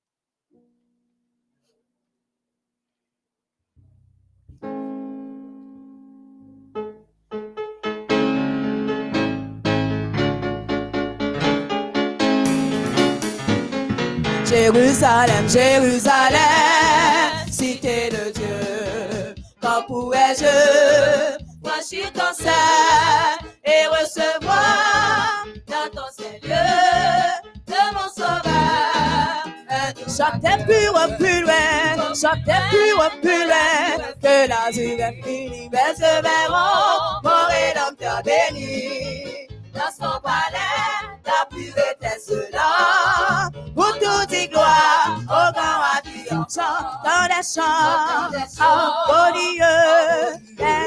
Jérusalem, Jérusalem, cité de Dieu, quand pourrais-je franchir ton sein et recevoir dans ton Seigneur de mon Sauveur? Chantez plus loin, chantez plus loin, que l'azur est fini, mais se verront mon Rédempteur béni. Dans son palais, la pureté cela, pour tout dit gloire, au grand roi triomphant, dans les chants, harmonieux, les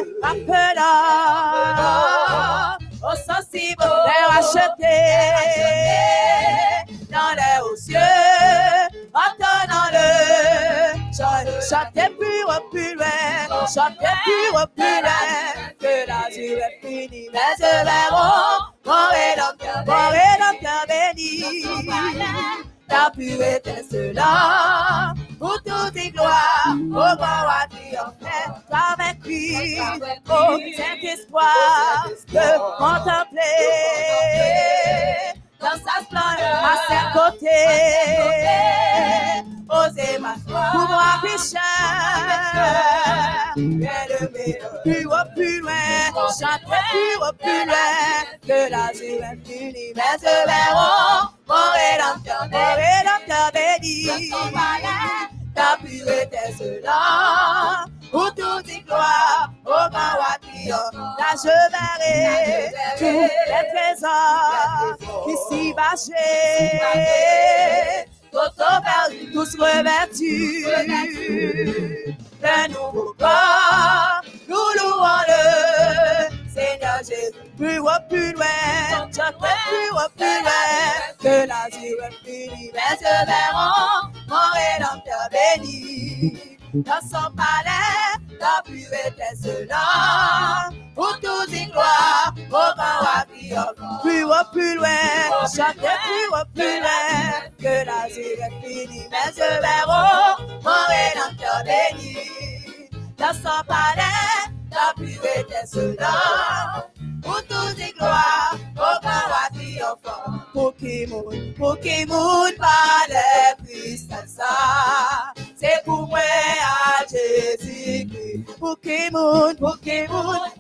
rappelants, au sensible, les rachetés, dans les hauts cieux, entendant-le, chantez plus loin, chantez plus loin, que l'azur est fini, mais se verront mon Rédempteur béni. La pureté cela, pour tout dit gloire, au grand roi triomphant, t'as vaincu, oh Saint-Espoir, de contempler, dans sa splendeur, à ses côtés, osez ma pour moi pécheur, bien-aimé, plus loin, chantez plus loin, que l'azur est fini, mais se verront mon Rédempteur béni. Ta pureté cela, pour tout dit gloire, au grand roi triomphant, là je verrai tous les trésors qui s'y bâchaient, tous revêtus d'un nouveau corps, nous louons-le, Seigneur Jésus, plus loin, chantez plus loin, que l'azur est fini, mais se verront mon Rédempteur béni. Dans son palais, la pureté cela, pour tout dit gloire, au grand roi triomphant. Plus loin, chantez plus loin, que l'azur est fini, mais se verront mon Rédempteur béni. Dans son palais, la pureté cela, pour tout dit gloire, au grand roi triomphant. Pour qui moun palais Christ ça, c'est pour moi à Jésus-Christ. Pour qui moun pote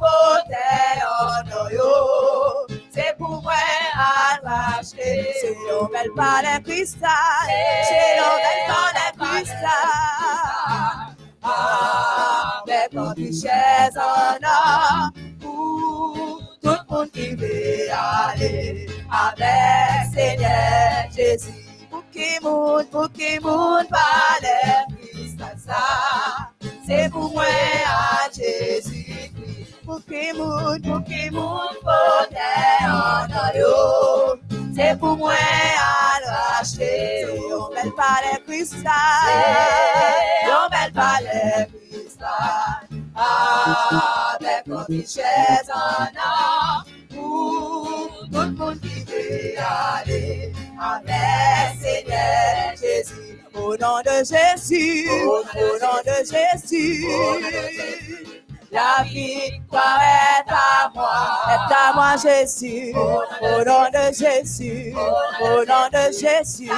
en yo, c'est pour moi à racheter. C'est un bel palais cristal, c'est un bel palais cristal. Avec mon richesse en or, pour tout le monde qui veut aller avec Seigneur Jésus. Pour qui moun palais cristal ça, c'est pour moi à Jésus-Christ. Pour qui moun pote en or, c'est pour moi à racheter. Un bel palais cristal, un bel palais cristal, avec mon richesse en or, pour tout le monde qui veut aller avec Seigneur Jésus. Au nom de Jésus, au nom de Jésus. La victoire est à moi Jésus, au nom de Jésus, au nom de Jésus.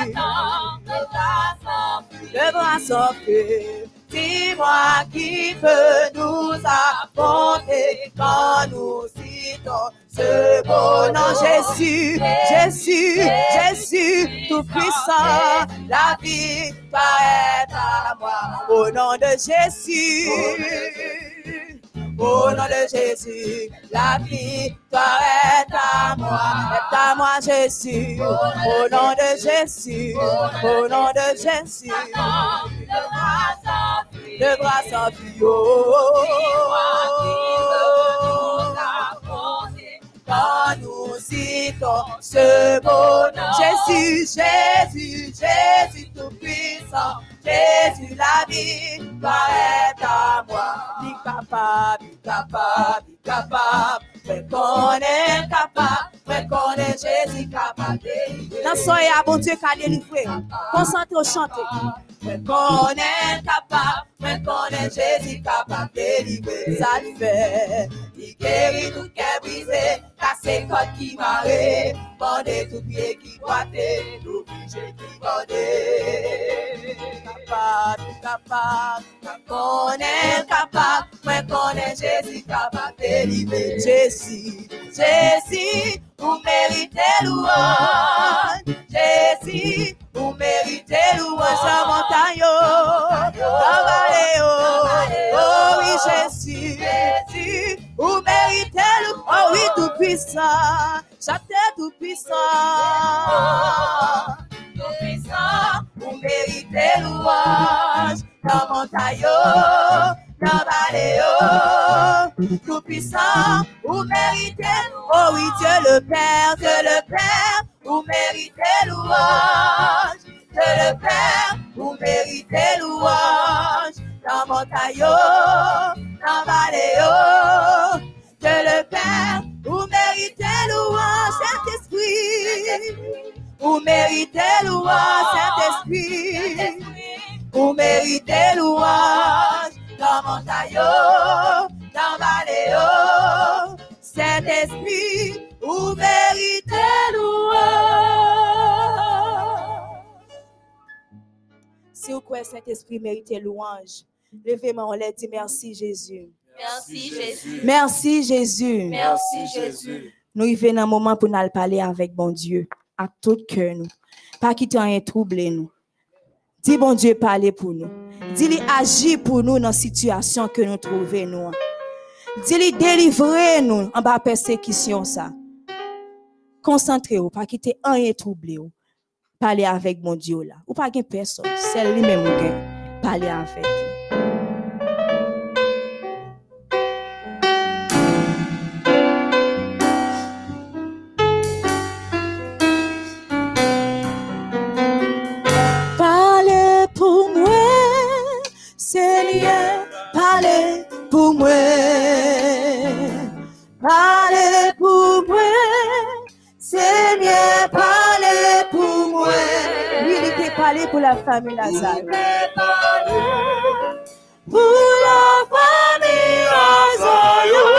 Le bras sans feu, dis-moi qui peut nous affronter quand nous citons ce beau nom Jésus, Jésus, Jésus, tout puissant. La victoire est à moi, au nom de Jésus. Au nom de Jésus, la victoire est à moi Jésus. Au nom de Jésus, au nom de Jésus. Le bras sans fil, quand nous citons ce beau nom. Jésus, Jésus, Jésus tout puissant. Jésus, la victoire est à moi. Bi capable, mais qu'on est capable, mais qu'on est Jésus capable. Dans soyez à bon Dieu qu'a délivré. Concentrez au chanter. Mais qu'on est capable, mais qu'on est Jésus capable de délivrer. Ça le fait. Il guérit tout qui est brisé, cassé code qui marre, bandé tout pied qui boité, tout pied qui bandé. Capable, qu'on est capable, mais qu'on est Jésus capable de délivrer. Jésus, Jésus, vous méritez louange. Jésus, vous méritez louange à montagne. Oh oui, Jésus, Jésus, vous méritez louange. Oh oui, tout puissant, j'attends tout puissant. Tout puissant, vous méritez louange. Dans montagne, dans vallée, tout puissant, vous méritez louange. Oh oui, Dieu le Père, vous méritez louange. Dieu le Père, vous méritez louange. Dans montagne, dans vallée, Dieu le Père, vous méritez louange. Saint-Esprit, vous méritez louange. Saint-Esprit, vous méritez louange. Dans montagne, dans vallée, Saint-Esprit, vous méritez louange. Si vous croyez Saint-Esprit méritez louange, levez-moi, on les dit merci Jésus. Merci Jésus. Merci Jésus. Merci Jésus. Nous y venons un moment pour nous parler avec bon Dieu, à tout cœur nous. Pas quitter rien troubler nous. Dis bon Dieu parler pour nous. Dis-lui agir pour nous dans la situation que nous trouvons nous. Dis-lui délivrer nous en bas persécution ça. Concentrez-vous, pas quitter rien troubler. Parler avec mon Dieu là. Ou pas gain personne, c'est lui-même qui parler avec. Parlez pour moi, Seigneur, parlez pour moi. Parlez pour moi, Seigneur, parlez pour moi. Lui, il était parlé pour la famille Lazare. Pour la famille Lazare.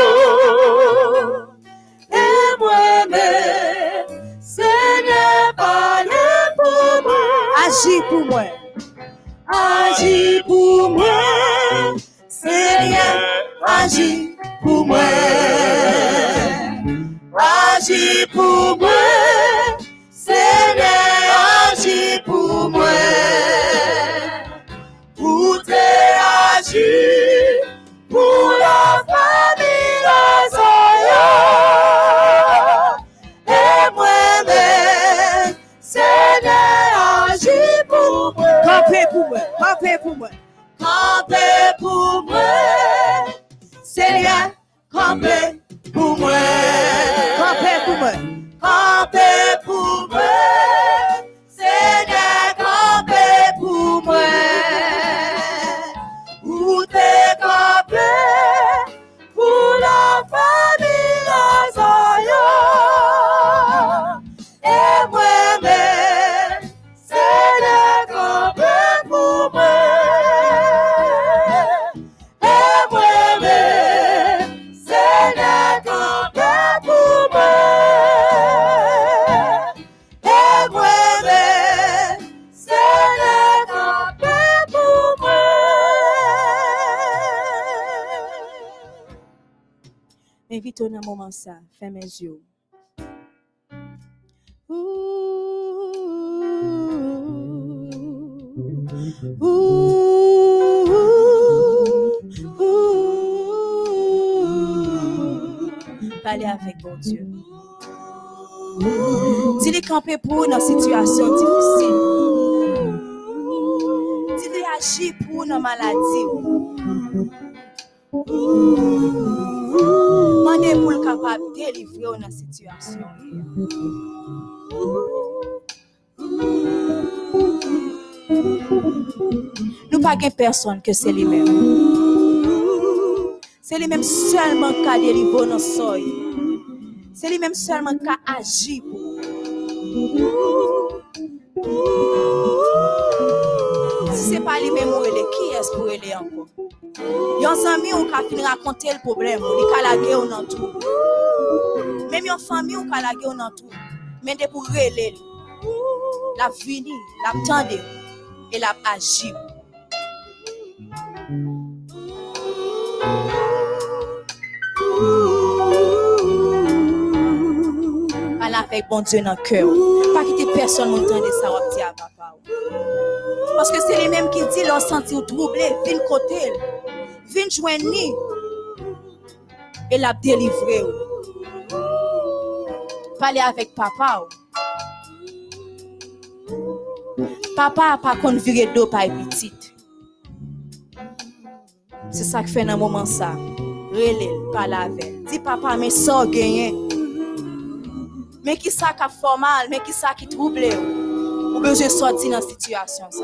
Et moi-même, Seigneur, parlez pour moi. Agis pour moi. Agis pour moi. Seigneur, agis pour moi. Agis pour moi, Seigneur, agis pour moi. Pour t'agir pour la famille Lazare. Et moi-même, Seigneur, agis pour moi. Campez pour moi, campez pour moi. Campez pour moi, Seigneur, campez pour moi. Campez pour moi. Campez pour moi. Seigneur, campez Invite dans moment ça, ferme les yeux. Parlez avec bon Dieu. Dis-lui camper pour dans situation difficile. Dis-lui agir pour dans maladie. Mandez pour le capable de délivrer dans situation. Nous pas gain personne que c'est lui-même. C'est lui-même seulement qui a délivré nos seuils. C'est lui-même seulement qui a agi pour. Si ce n'est pas lui-même qui est-ce pour aller encore? Yon ami ou ka fin raconter le problème, li ka lage ou nan tout. Même yon famille ou ka lage ou nan tout. Mais de pour relé, la vini, la tande et la agi. Parle avec bon Dieu dans le cœur. Pas quitter personne m'entendre ça ou dire à papa. Parce que c'est lui-même qui dit l'on senti ou troublé, vin côté, vin joindre et la délivrer. Parler avec papa. Papa a pas qu'on virer d'eau par petite. C'est ça que fait dans moment ça. Relève, parle avec. Dis papa mais ça gagné. Mais qui ça qui fait mal, mais qui ça qui trouble ou besoin sortir dans situation ça.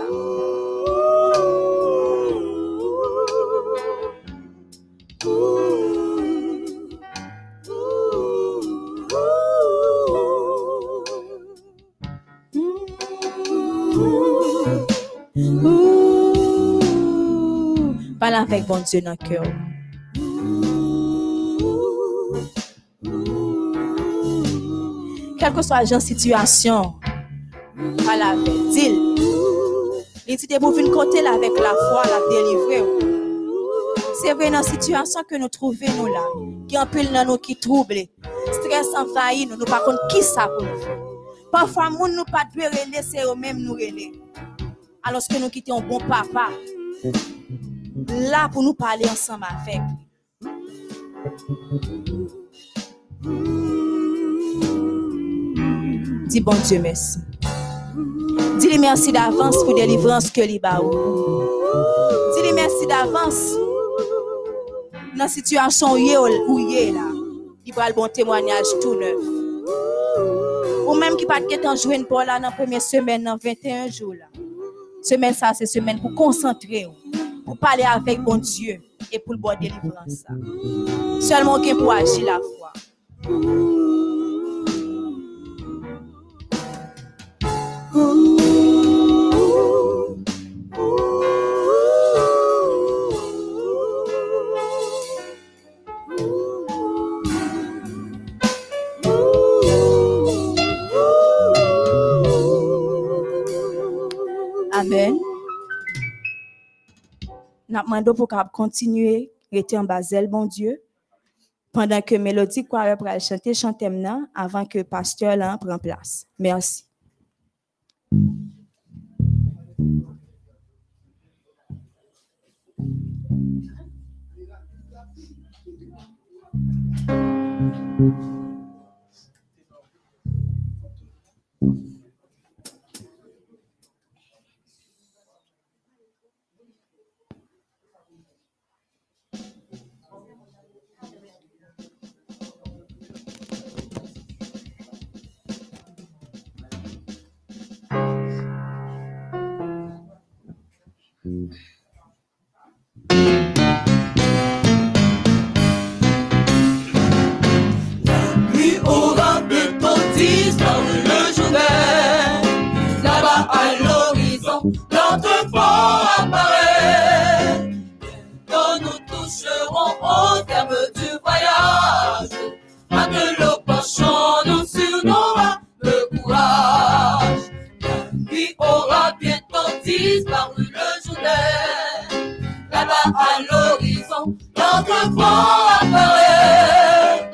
Parle avec bon Dieu dans le cœur. Quelle que soit la situation, parle avec. Dis-le. Il dit pour venir côté là avec la foi, la délivrer. C'est vrai dans la situation que nous trouvons nous là, qui en pile dans nous qui trouble, stress envahit nous, nous pas contre qui ça pour nous faire. Parfois nous pas doit laisser eux même nous relais. Alors que nous quittons un bon papa là pour nous parler ensemble avec. Dis bon Dieu merci. Dis-lui merci d'avance pour délivrance que li ba ou. Dis-lui merci d'avance dans la situation où yé là. Il va le bon témoignage tout neuf. Ou même qui pas de temps jouer pour là dans première semaine dans 21 jours là. Semaine ça c'est semaine pour concentrer pour parler avec bon Dieu et pour le bon délivrance ça. Seulement qui pour agir la foi. Amen. N'a demandé pour qu'on continuer rester en basel bon Dieu pendant que Mélodie Choir pour chanter chantemna avant que pasteur là prenne place. Merci. Notre pont apparaît. Quand nous toucherons au terme du voyage, pas de l'eau penchons-nous sur nos bras de courage. La nuit aura bientôt disparu le journée. Là-bas à l'horizon, notre pont apparaît.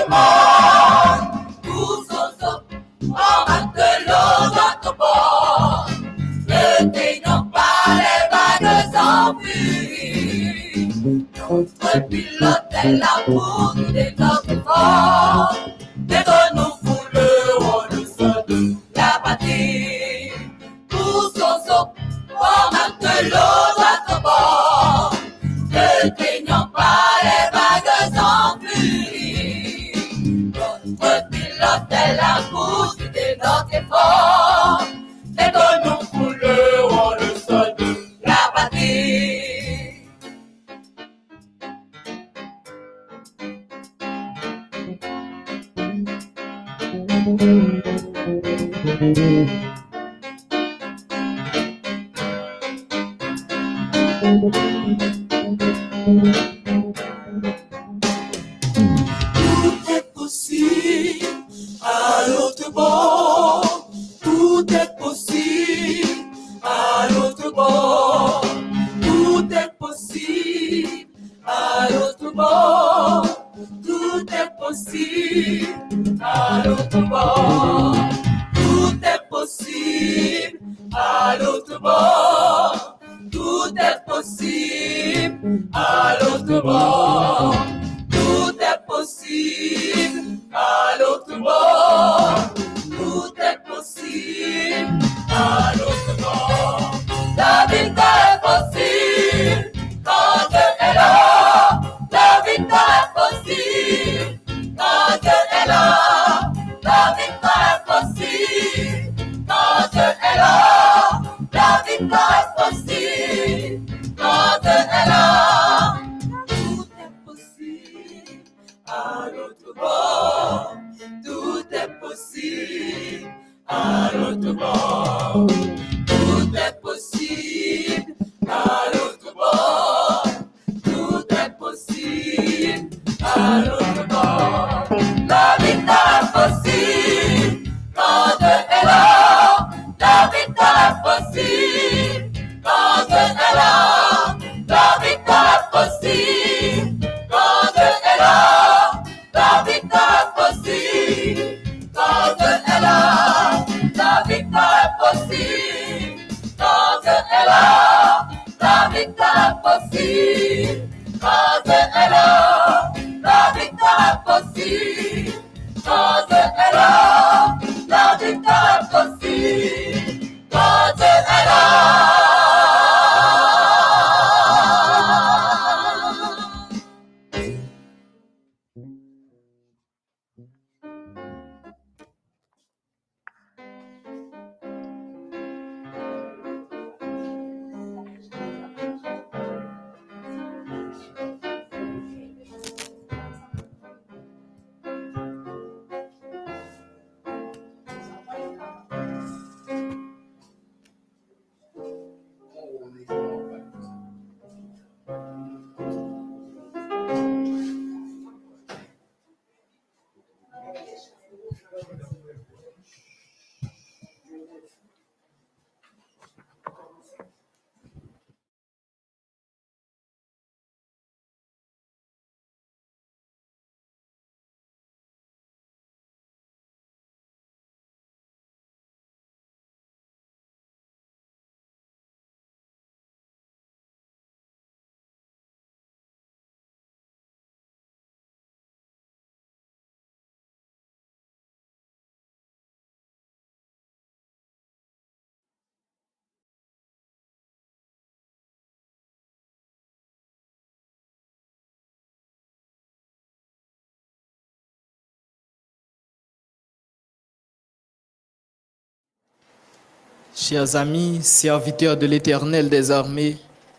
l'autre bord. Tous ensemble, en bas de l'autre bord. Ne teignons pas les vagues s'enfuient. Notre pilote est là pour guider notre effort. Dès que nous foulerons le sol de la patrie. Tous ensemble, en bas de l'autre bord. Ne teignons pas les vagues s'enfuient. Notre pilote est là pour guider notre effort. Dès que nous foulerons le sol de la patrie. Tout est possible à l'autre bord. Tout est possible à l'autre bord. Tout est possible à l'autre bord. Tout est possible à l'autre bord. Tout est possible à l'autre bord. Tout est possible à l'autre bord. Tout est possible à l'autre bord. Tout est possible à l'autre bord. La victoire est possible quand Dieu est là. La victoire est possible quand Dieu est là. La victoire est possible quand Dieu est là. La victoire est possible quand Dieu est là. Tout est possible à l'autre bord. Tout est possible à l'autre bord. Tout est possible à l'autre bord. Tout est possible à l'autre bord. La victoire est possible quand Dieu est là. La victoire est possible quand Dieu est là. La victoire est possible quand Dieu est là. La victoire est possible quand Dieu est là. La victoire est possible quand Dieu est là. La victoire est possible quand Dieu est là. La victoire est possible quand Dieu est là. La victoire est possible quand Dieu est là. Chers amis, serviteurs de l'Éternel des armées,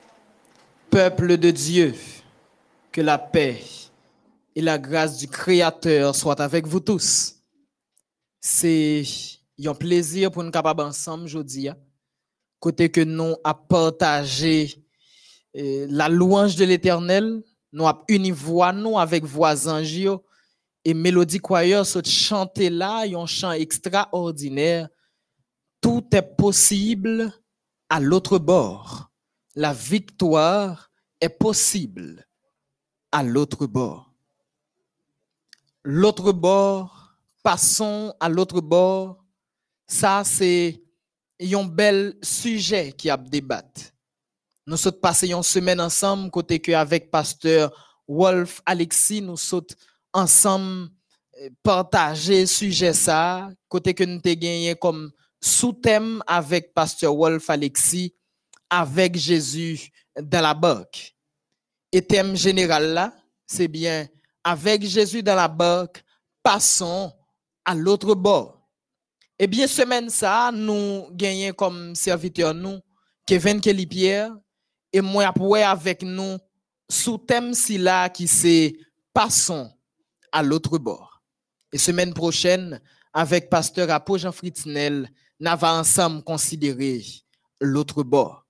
peuple de Dieu, que la paix et la grâce du Créateur soient avec vous tous. C'est un plaisir pour nous capables ensemble aujourd'hui, côté que nous a partagé la louange de l'Éternel, nous a uni voix nous avec voisins et Mélodie Choir sont chanter là un chant extraordinaire. Tout est possible à l'autre bord. La victoire est possible à l'autre bord. l'autre bord, passons à l'autre bord. Ça, c'est un bel sujet qui a débattre. Nous sommes passés une semaine ensemble, côté que avec pasteur Wolf Alexis, nous sommes ensemble partager sujet ça, côté que nous avons gagné comme sous-thème avec pasteur Wolf Alexis, avec Jésus dans la barque. Et thème général là, c'est bien avec Jésus dans la barque, passons à l'autre bord. Eh bien, semaine ça, nous gagnons comme serviteur nous, Kevin Kelly Pierre, et moi après avec nous, sous thème si là qui c'est passons à l'autre bord. Et semaine prochaine, avec pasteur Apo Jean Fritznel, nous allons ensemble considérer l'autre bord.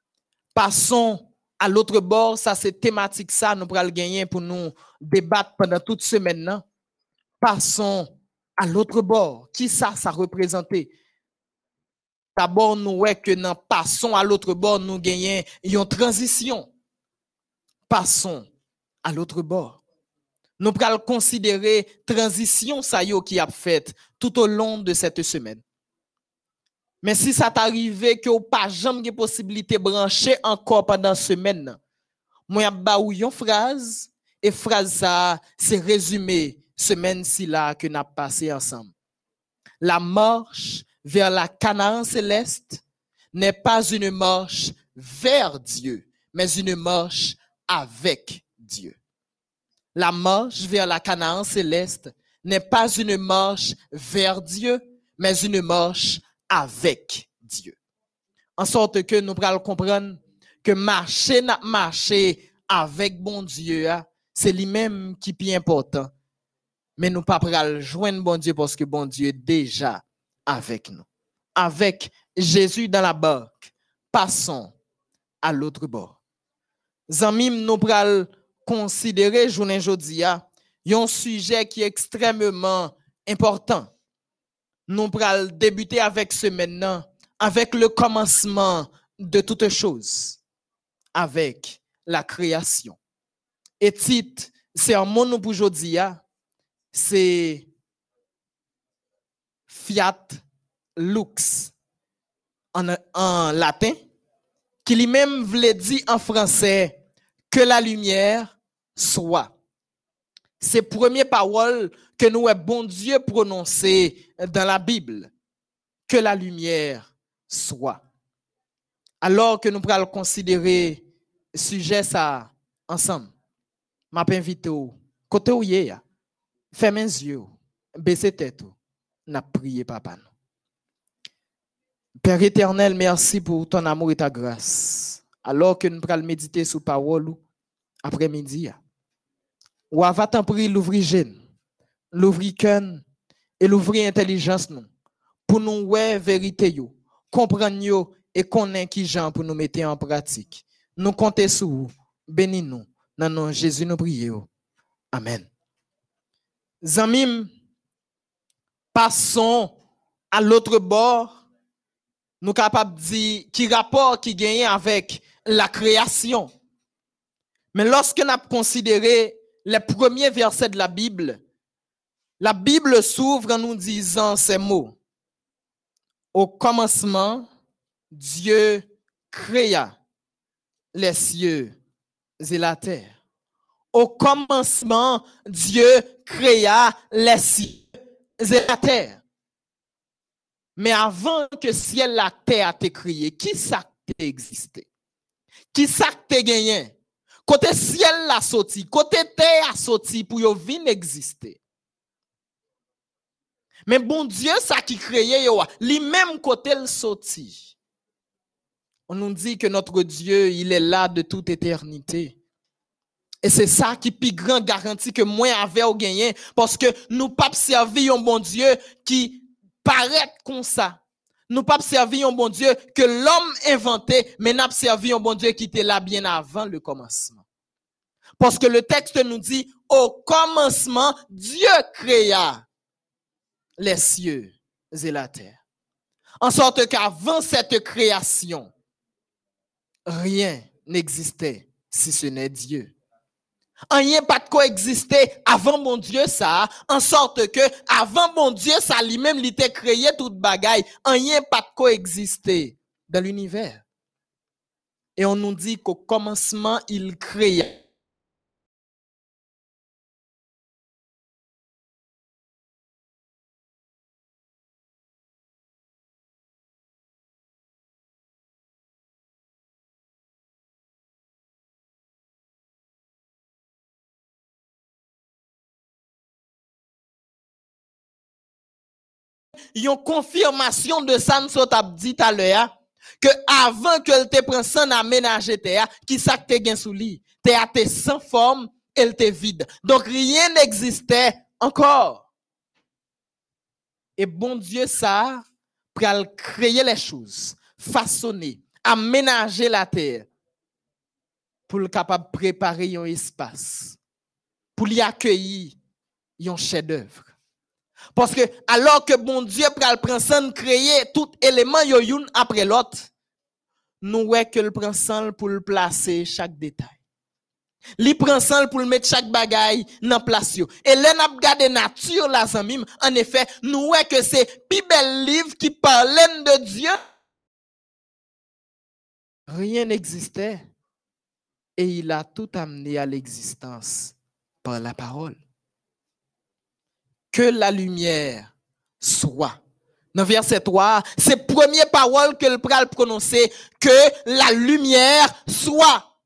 Passons à l'autre bord, ça c'est thématique ça, nous allons gagner pour nous débattre pendant toute semaine. Non? Passons à l'autre bord. Qui ça représentait? D'abord, nous voyons que dans passons à l'autre bord, nous gagnons une transition. Passons à l'autre bord. Nous allons considérer transition ça qui a fait tout au long de cette semaine. Mais si ça t'arrive que vous pas jamais de possibilité de brancher encore pendant la semaine, moi je une phrase et phrase ça c'est résumé semaine ci là que nous avons passé ensemble. La marche vers la Canaan céleste n'est pas une marche vers Dieu, mais une marche avec Dieu. La marche vers la Canaan céleste n'est pas une marche vers Dieu, mais une marche avec Dieu. En sorte que nous pourrons comprendre que marcher avec bon Dieu, c'est lui-même qui est plus important. Mais nous ne pouvons pas joindre bon Dieu parce que bon Dieu est déjà avec nous. Avec Jésus dans la barque, passons à l'autre bord. Zamim, nous pourrons considérer journée aujourd'hui un sujet qui est extrêmement important. Nous pourrons débuter avec ce maintenant, avec le commencement de toutes choses, avec la création. Et titre, c'est un mot pour aujourd'hui, c'est Fiat Lux en latin, qui lui-même voulait dire en français que la lumière soit. C'est la première parole que nous avons bon Dieu prononcé dans la Bible. Que la lumière soit. Alors que nous pourrons considérer le sujet ça ensemble, je m'invite au côté où il est, fermez les yeux, baissez tête, n'a prié papa. Père éternel, merci pour ton amour et ta grâce. Alors que nous pourrons méditer sur parole après-midi. Ou avant t'en prier l'ouvrir jeune, l'ouvrir cœur et l'ouvrir intelligence nous pour nous ouais vérité yo, comprendre yo et connaître qui gens pour nous mettre en pratique. Nous comptons sur vous, bénis nous dans nom Jésus nous prions. Amen. Zamim, passons à l'autre bord. Nous capables de dire qui rapport qui gagne avec la création. Mais lorsque nous avons considéré les premiers versets de la Bible s'ouvre en nous disant ces mots. Au commencement, Dieu créa les cieux et la terre. Au commencement, Dieu créa les cieux et la terre. Mais avant que ciel et la terre a été créé, qui ça a existé? Qui ça a gagné? Côté ciel la sorti, côté terre a sorti pour yo vin exister. Mais bon Dieu ça qui créé yo, lui même côté le sorti. On nous dit que notre Dieu, il est là de toute éternité. Et c'est ça qui plus grand garantie que moi avait au gagné parce que nous pas servir un bon Dieu qui paraît comme ça. Nous pas servir un bon Dieu que l'homme inventé, mais nous servir un bon Dieu qui était là bien avant le commencement. Parce que le texte nous dit, au commencement, Dieu créa les cieux et la terre. En sorte qu'avant cette création, rien n'existait si ce n'est Dieu. Rien pas de coexister avant mon Dieu ça, en sorte que avant mon Dieu ça lui-même il était créé toute bagaille, rien pas de coexister dans l'univers. Et on nous dit qu'au commencement il créait. Une confirmation de ça nous a dit tout à l'heure que avant que elle te prenne son aménager terre qui ça te gain sous lit terre te sans forme elle te vide donc rien n'existait encore et bon Dieu ça pour créer les choses façonner aménager la terre pour le capable préparer un espace pour y accueillir un chef-d'œuvre. Parce que alors que bon Dieu prend soin créer tout élément yon après l'autre, nous ouais que le prend soin pour le placer chaque détail. Li prend soin pour le mettre chaque bagaille dans place yo. Et là n'a regardé nature la zamim, en effet, nous ouais que c'est pi bel livre qui parle de Dieu. Rien n'existait et il a tout amené à l'existence par la parole. Que la lumière soit. Dans verset 3, c'est première parole que le pral prononcer, que la lumière soit.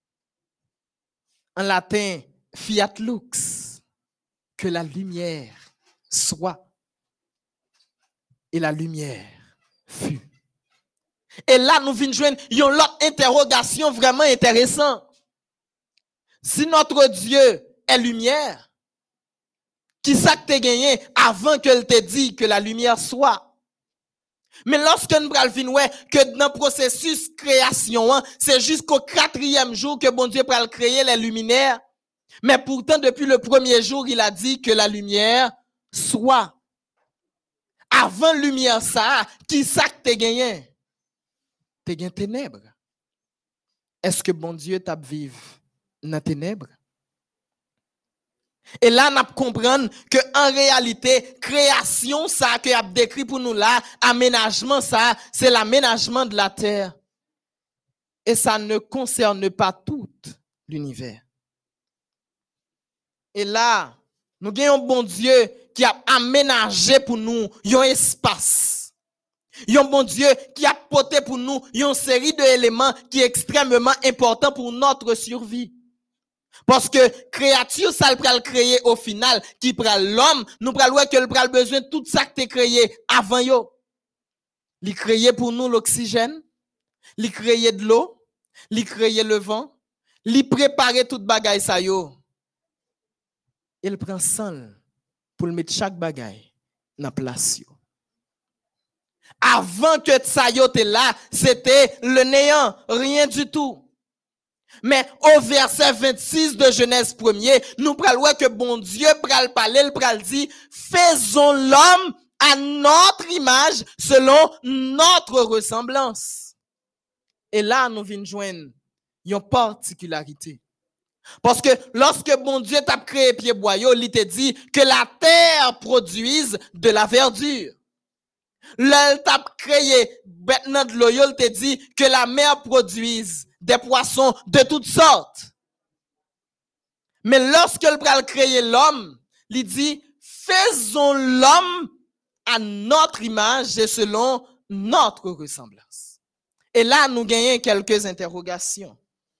En latin, fiat lux, que la lumière soit. Et la lumière fut. Et là, nous venons joindre une autre interrogation vraiment intéressante. Si notre Dieu est lumière, qui ça que t'es gagné avant qu'elle te dit que la lumière soit. Mais lorsque nous pral ouais que dans le processus création, c'est jusqu'au 4e jour que bon Dieu pral créer les luminaires. Mais pourtant, depuis le premier jour, il a dit que la lumière soit. Avant lumière ça, qui ça que t'es gagné? T'es gagné ténèbres. Est-ce que bon Dieu t'a vive dans ténèbres? Et là, nous comprenons que en réalité, création, ça que a décrit pour nous là, aménagement, ça, c'est l'aménagement de la terre. Et ça ne concerne pas tout l'univers. Et là, nous avons un bon Dieu qui a aménagé pour nous un espace. Un bon Dieu qui a porté pour nous une série d'éléments qui est extrêmement important pour notre survie. Parce que créature ça le pral créer au final qui pral l'homme nous pral ouais que le pral besoin de tout ça que t'es créé avant yo. Li créer pour nous l'oxygène, li créer de l'eau, li créer le vent, li préparer toute bagaille ça yo. Il prend sang pour le mettre chaque bagaille dans place yo. Avant que ça yo te là, c'était le néant, rien du tout. Mais au verset 26 de Genèse 1er, nous prenons que bon Dieu pral parler, il pral dit, faisons l'homme à notre image, selon notre ressemblance. Et là, nous venons joindre une particularité. Parce que lorsque bon Dieu t'a créé pied boyau, il te dit que la terre produise de la verdure. Là, il t'a créé maintenant de l'eau, il te dit que la mer produise des poissons de toutes sortes. Mais lorsque le pral créer l'homme, il dit, faisons l'homme à notre image et selon notre ressemblance. Et là, nous gagnons quelques interrogations.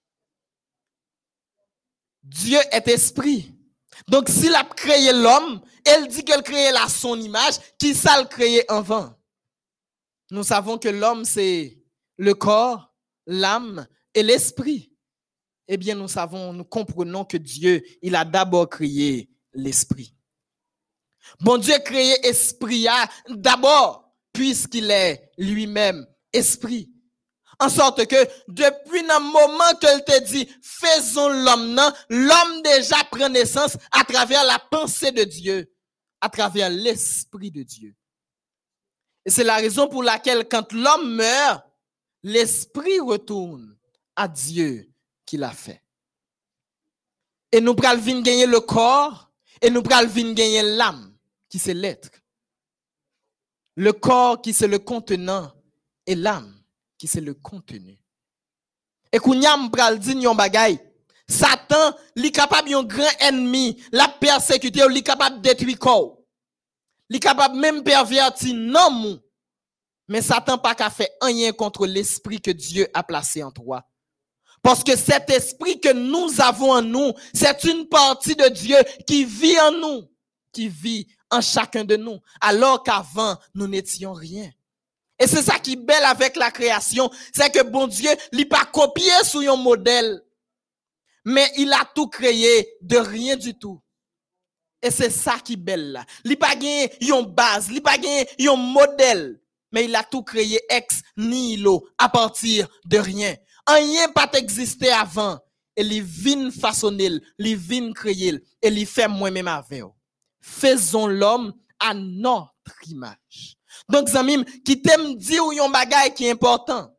Dieu est esprit. Donc, s'il a créé l'homme, il dit qu'il crée à son image, qui ça le créé avant? Nous savons que l'homme, c'est le corps, l'âme et l'esprit. Eh bien, nous comprenons que Dieu, il a d'abord créé l'esprit. Bon Dieu a créé esprit d'abord, puisqu'il est lui-même esprit. En sorte que, depuis le moment qu'il te dit, faisons l'homme, l'homme déjà prend naissance à travers la pensée de Dieu, à travers l'esprit de Dieu. Et c'est la raison pour laquelle, quand l'homme meurt, l'esprit retourne à Dieu qui l'a fait. Et nous pral vin gagner le corps et nous pral vin gagner l'âme qui c'est l'être. Le corps qui c'est le contenant et l'âme qui c'est le contenu. Et kounyam pral di yon bagay, Satan li capable yon grand ennemi, la persécuter, li capable détruire corps. Li capable même pervertir non mou. Mais Satan pas qu'à faire rien contre l'esprit que Dieu a placé en toi. Parce que cet esprit que nous avons en nous, c'est une partie de Dieu qui vit en nous, qui vit en chacun de nous, alors qu'avant, nous n'étions rien. Et c'est ça qui est belle avec la création, c'est que bon Dieu, il n'a pas copié sur un modèle, mais il a tout créé de rien du tout. Et c'est ça qui est belle là. Il n'a pas gagné une base, il n'a pas gagné un modèle, mais il a tout créé ex nihilo, à partir de rien. Rien pas existé avant. Et il vient façonner, il vient créer, et il fait moi-même avec. Faisons l'homme à notre image. Donc, Zamim, qui t'aime dire ou yon bagay qui est important.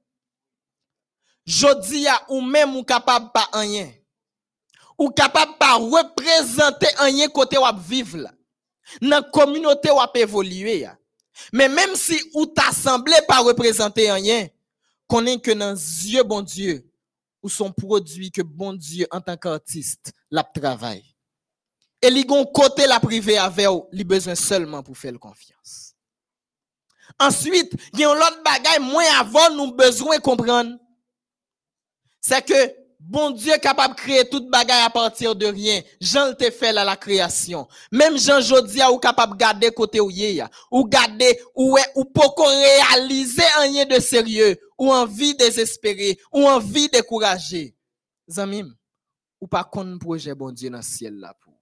Jodi a ou même ou capable pas rien. Ou capable pas représenter rien côté ou vivre là. Dans communauté ou évoluer. Mais même si ou t'assemblé pas représenter rien, connaît que dans yeux bon Dieu ou son produit que bon Dieu en tant qu'artiste la travail. Et li gon côté la privé avec ou, li besoin seulement pour faire confiance. Ensuite, il y a un autre bagay moins avant nous besoin comprendre. C'est que bon Dieu est capable de créer toute bagay à partir de rien. Jean te fait là la création. Même Jean Jodia ou capable garder côté ou yé ou garder ou poko réaliser rien de sérieux ou envie désespéré ou envie décourager. Zamim, ou pas kon projet bon Dieu dans ciel là pour.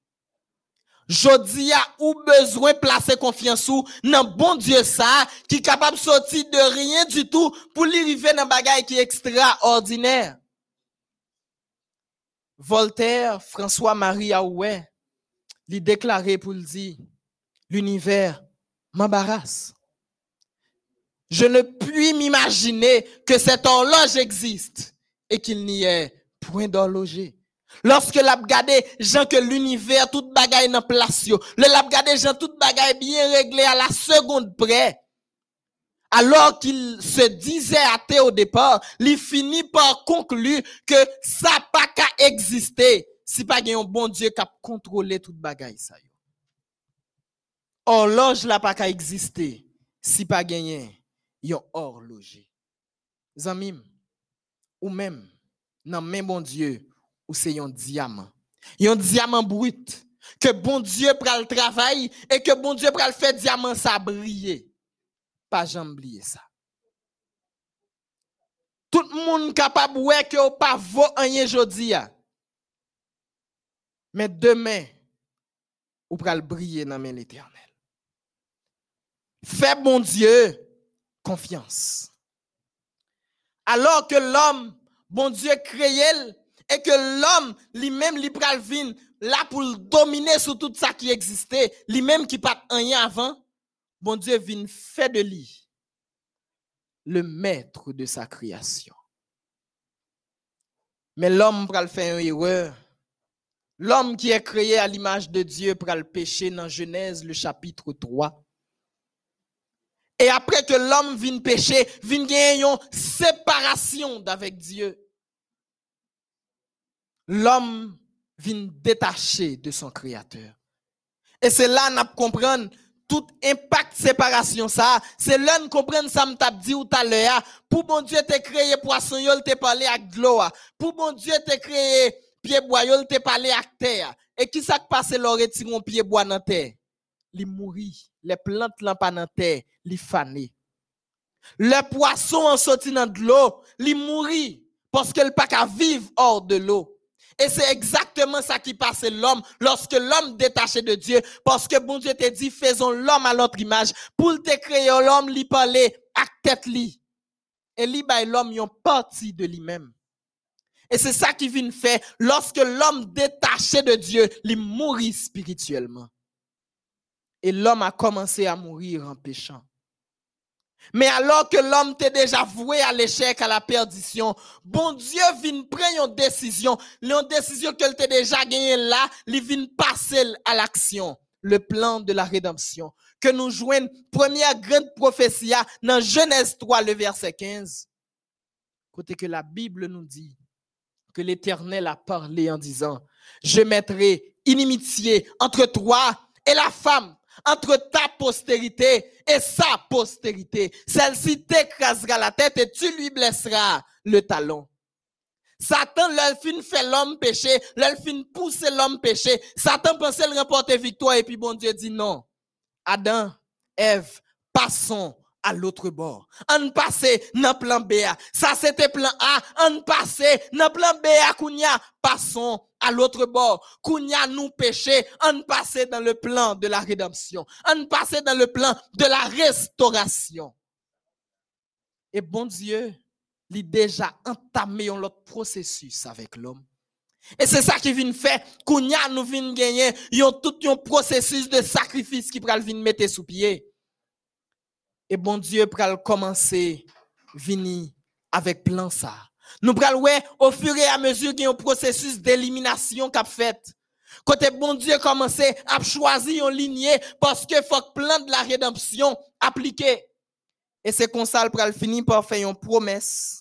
Jodi a ou besoin placer confiance ou dans bon Dieu ça qui capable sortir de rien du tout pour lui arriver dans bagay qui est extraordinaire. Voltaire, François-Marie Aoué, lui déclaré pour le dire, l'univers m'embarrasse. Je ne puis m'imaginer que cette horloge existe et qu'il n'y ait point d'horloger. Lorsque l'a regardé Jean que l'univers tout bagaille dans place yo, le l'a regardé Jean tout bagaille bien réglé à la seconde près. Alors qu'il se disait athée au départ, il finit par conclure que ça pas qu'à exister si pas un bon Dieu qui a contrôlé toute bagaille ça yo. Horloge là pas qu'à exister si pas gagné yon horloger. Zamim ou même nan même bon Dieu ou c'est un diamant brut que bon Dieu pral travail et que bon Dieu pral faire diamant ça briller. Pas jamais oublier ça. Tout le monde capable ouais que ou pas vaut rien jodi a. Mais demain ou pral briller dans main l'Éternel. Fais bon Dieu confiance. Alors que l'homme bon Dieu créé et que l'homme lui-même li pral vinn là pour dominer sur tout ça qui existait, lui-même qui pas rien avant, bon Dieu vient faire de lui le maître de sa création. Mais l'homme pral faire une erreur. L'homme qui est créé à l'image de Dieu pral pécher dans Genèse le chapitre 3. Et après que l'homme vient pécher, vient gagner une séparation d'avec Dieu. L'homme vient détacher de son créateur. Et c'est là qu'on comprend tout impact séparation ça. C'est là qu'on comprend ça m't'a dit ou tout à l'heure. Pour bon Dieu te créé poisson, il te parlé avec de l'eau. Pour bon Dieu te créé pied bois, il te parlé avec terre. Et qui ça passe leur retire un pied bois dans terre? Li mouri. Les plantes là pas dans terre, li fané. Le poisson en sorti dans de l'eau, li mouri parce qu'elle pas qu'à vivre hors de l'eau. Et c'est exactement ça qui passe l'homme lorsque l'homme détaché de Dieu, parce que bon Dieu te dit faisons l'homme à notre image pour te créer l'homme li parler à tête li. Et li bay l'homme yon partie de lui-même. Et c'est ça qui vient faire lorsque l'homme détaché de Dieu, li mourit spirituellement. Et l'homme a commencé à mourir en péchant. Mais alors que l'homme t'est déjà voué à l'échec, à la perdition, bon Dieu vient prendre une décision qu'elle t'est déjà gagnée là, il vient passer à l'action, le plan de la rédemption. Que nous joignons première grande prophétie dans Genèse 3, le verset 15. Côté que la Bible nous dit que l'Éternel a parlé en disant, je mettrai inimitié entre toi et la femme, entre ta postérité et sa postérité. Celle-ci t'écrasera la tête et tu lui blesseras le talon. Satan, l'elfine fait l'homme péché, l'elfine pousse l'homme péché. Satan pensait le remporter victoire et puis bon Dieu dit non. Adam, Ève, passons à l'autre bord. On passe dans plan B. Ça c'était plan A. On passe dans plan B. Kounia, passons à l'autre bord. Kounia nous péché. On passe dans le plan de la rédemption. On passe dans le plan de la restauration. Et bon Dieu, il a déjà entamé un autre processus avec l'homme. Et c'est ça qui vient faire. Kounia nous vient gagner tout un processus de sacrifice qui pral vient mettre sous pied. Et bon Dieu pral commencer venir avec plan ça. Nous pral ouais au fur et à mesure qu'il y a un processus d'élimination qu'a fait. Côté bon Dieu commencer à choisir une lignée parce que faut que plan de la rédemption appliqué. Et c'est comme ça pral finir par faire une promesse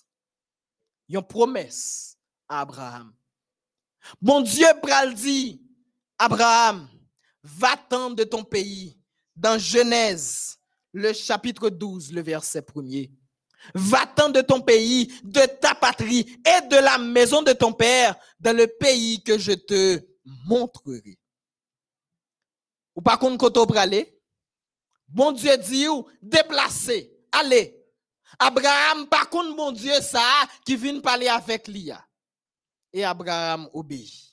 à Abraham. Bon Dieu pral dit Abraham, va-t'en de ton pays dans Genèse le chapitre 12, le verset 1er. Va-t'en de ton pays, de ta patrie et de la maison de ton père dans le pays que je te montrerai. Ou par contre, quand on peut aller, bon Dieu dit, déplacer, allez. Abraham, par contre, bon Dieu, ça, qui vient parler avec Lia. Et Abraham obéit.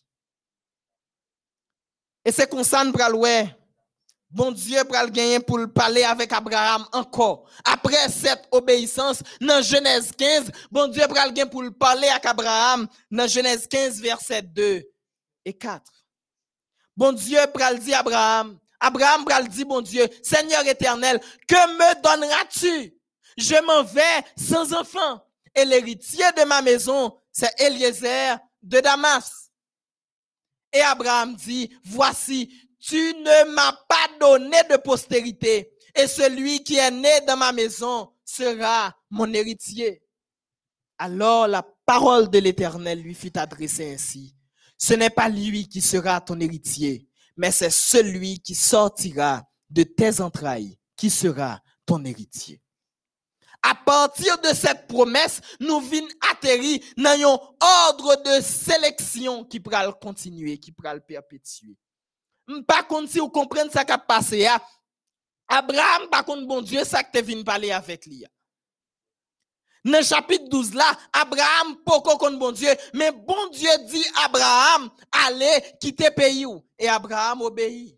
Et c'est comme ça, nous pral bon Dieu pral gagner pour parler avec Abraham encore. Après cette obéissance, dans Genèse 15, bon Dieu pral gagner pour parler avec Abraham dans Genèse 15, verset 2 et 4. Bon Dieu pral dit Abraham pral dit bon Dieu, Seigneur éternel, que me donneras-tu? Je m'en vais sans enfant. Et l'héritier de ma maison, c'est Eliezer de Damas. Et Abraham dit, voici, tu ne m'as pas donné de postérité, et celui qui est né dans ma maison sera mon héritier. Alors la parole de l'Éternel lui fut adressée ainsi. Ce n'est pas lui qui sera ton héritier, mais c'est celui qui sortira de tes entrailles qui sera ton héritier. À partir de cette promesse, nous venons atterrir dans un ordre de sélection qui pourra continuer, qui pourra perpétuer. Par contre, si vous comprenez ça qui a passé, Abraham, par contre, bon Dieu, ça que tu viens parler avec lui. Dans le chapitre 12 là, Abraham, pourquoi contre bon Dieu, mais bon Dieu dit Abraham, allez quitter le pays. Et Abraham obéit.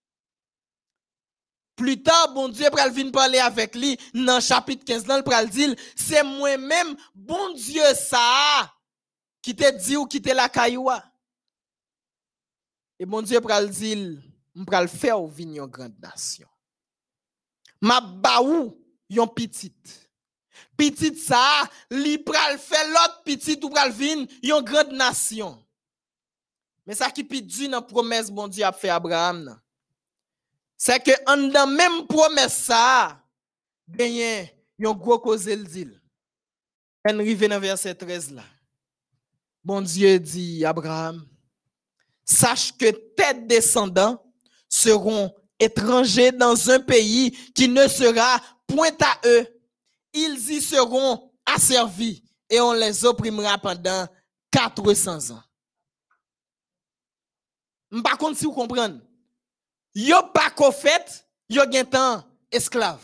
Plus tard, bon Dieu pral vinn parler avec lui dans chapitre 15 là, il pral dire c'est moi-même bon Dieu ça qui te dit ou qui te la cailloua. Et bon Dieu pral dire m'pral faire ou vinn une grande nation. Ma baou yon petite. Petite ça, li pral faire l'autre petite ou pral vinn une grande nation. Mais ça qui pidi dans promesse bon Dieu a fait Abraham nan. C'est que en dans même promesse ça gagné yon gros cause le dit. On arrive dans verset 13 là. Bon Dieu dit Abraham, sache que tes descendants seront étrangers dans un pays qui ne sera point à eux. Ils y seront asservis et on les opprimera pendant 400 ans. Par contre si vous comprenez, yo pas qu'au fait, yo gen tan esclave.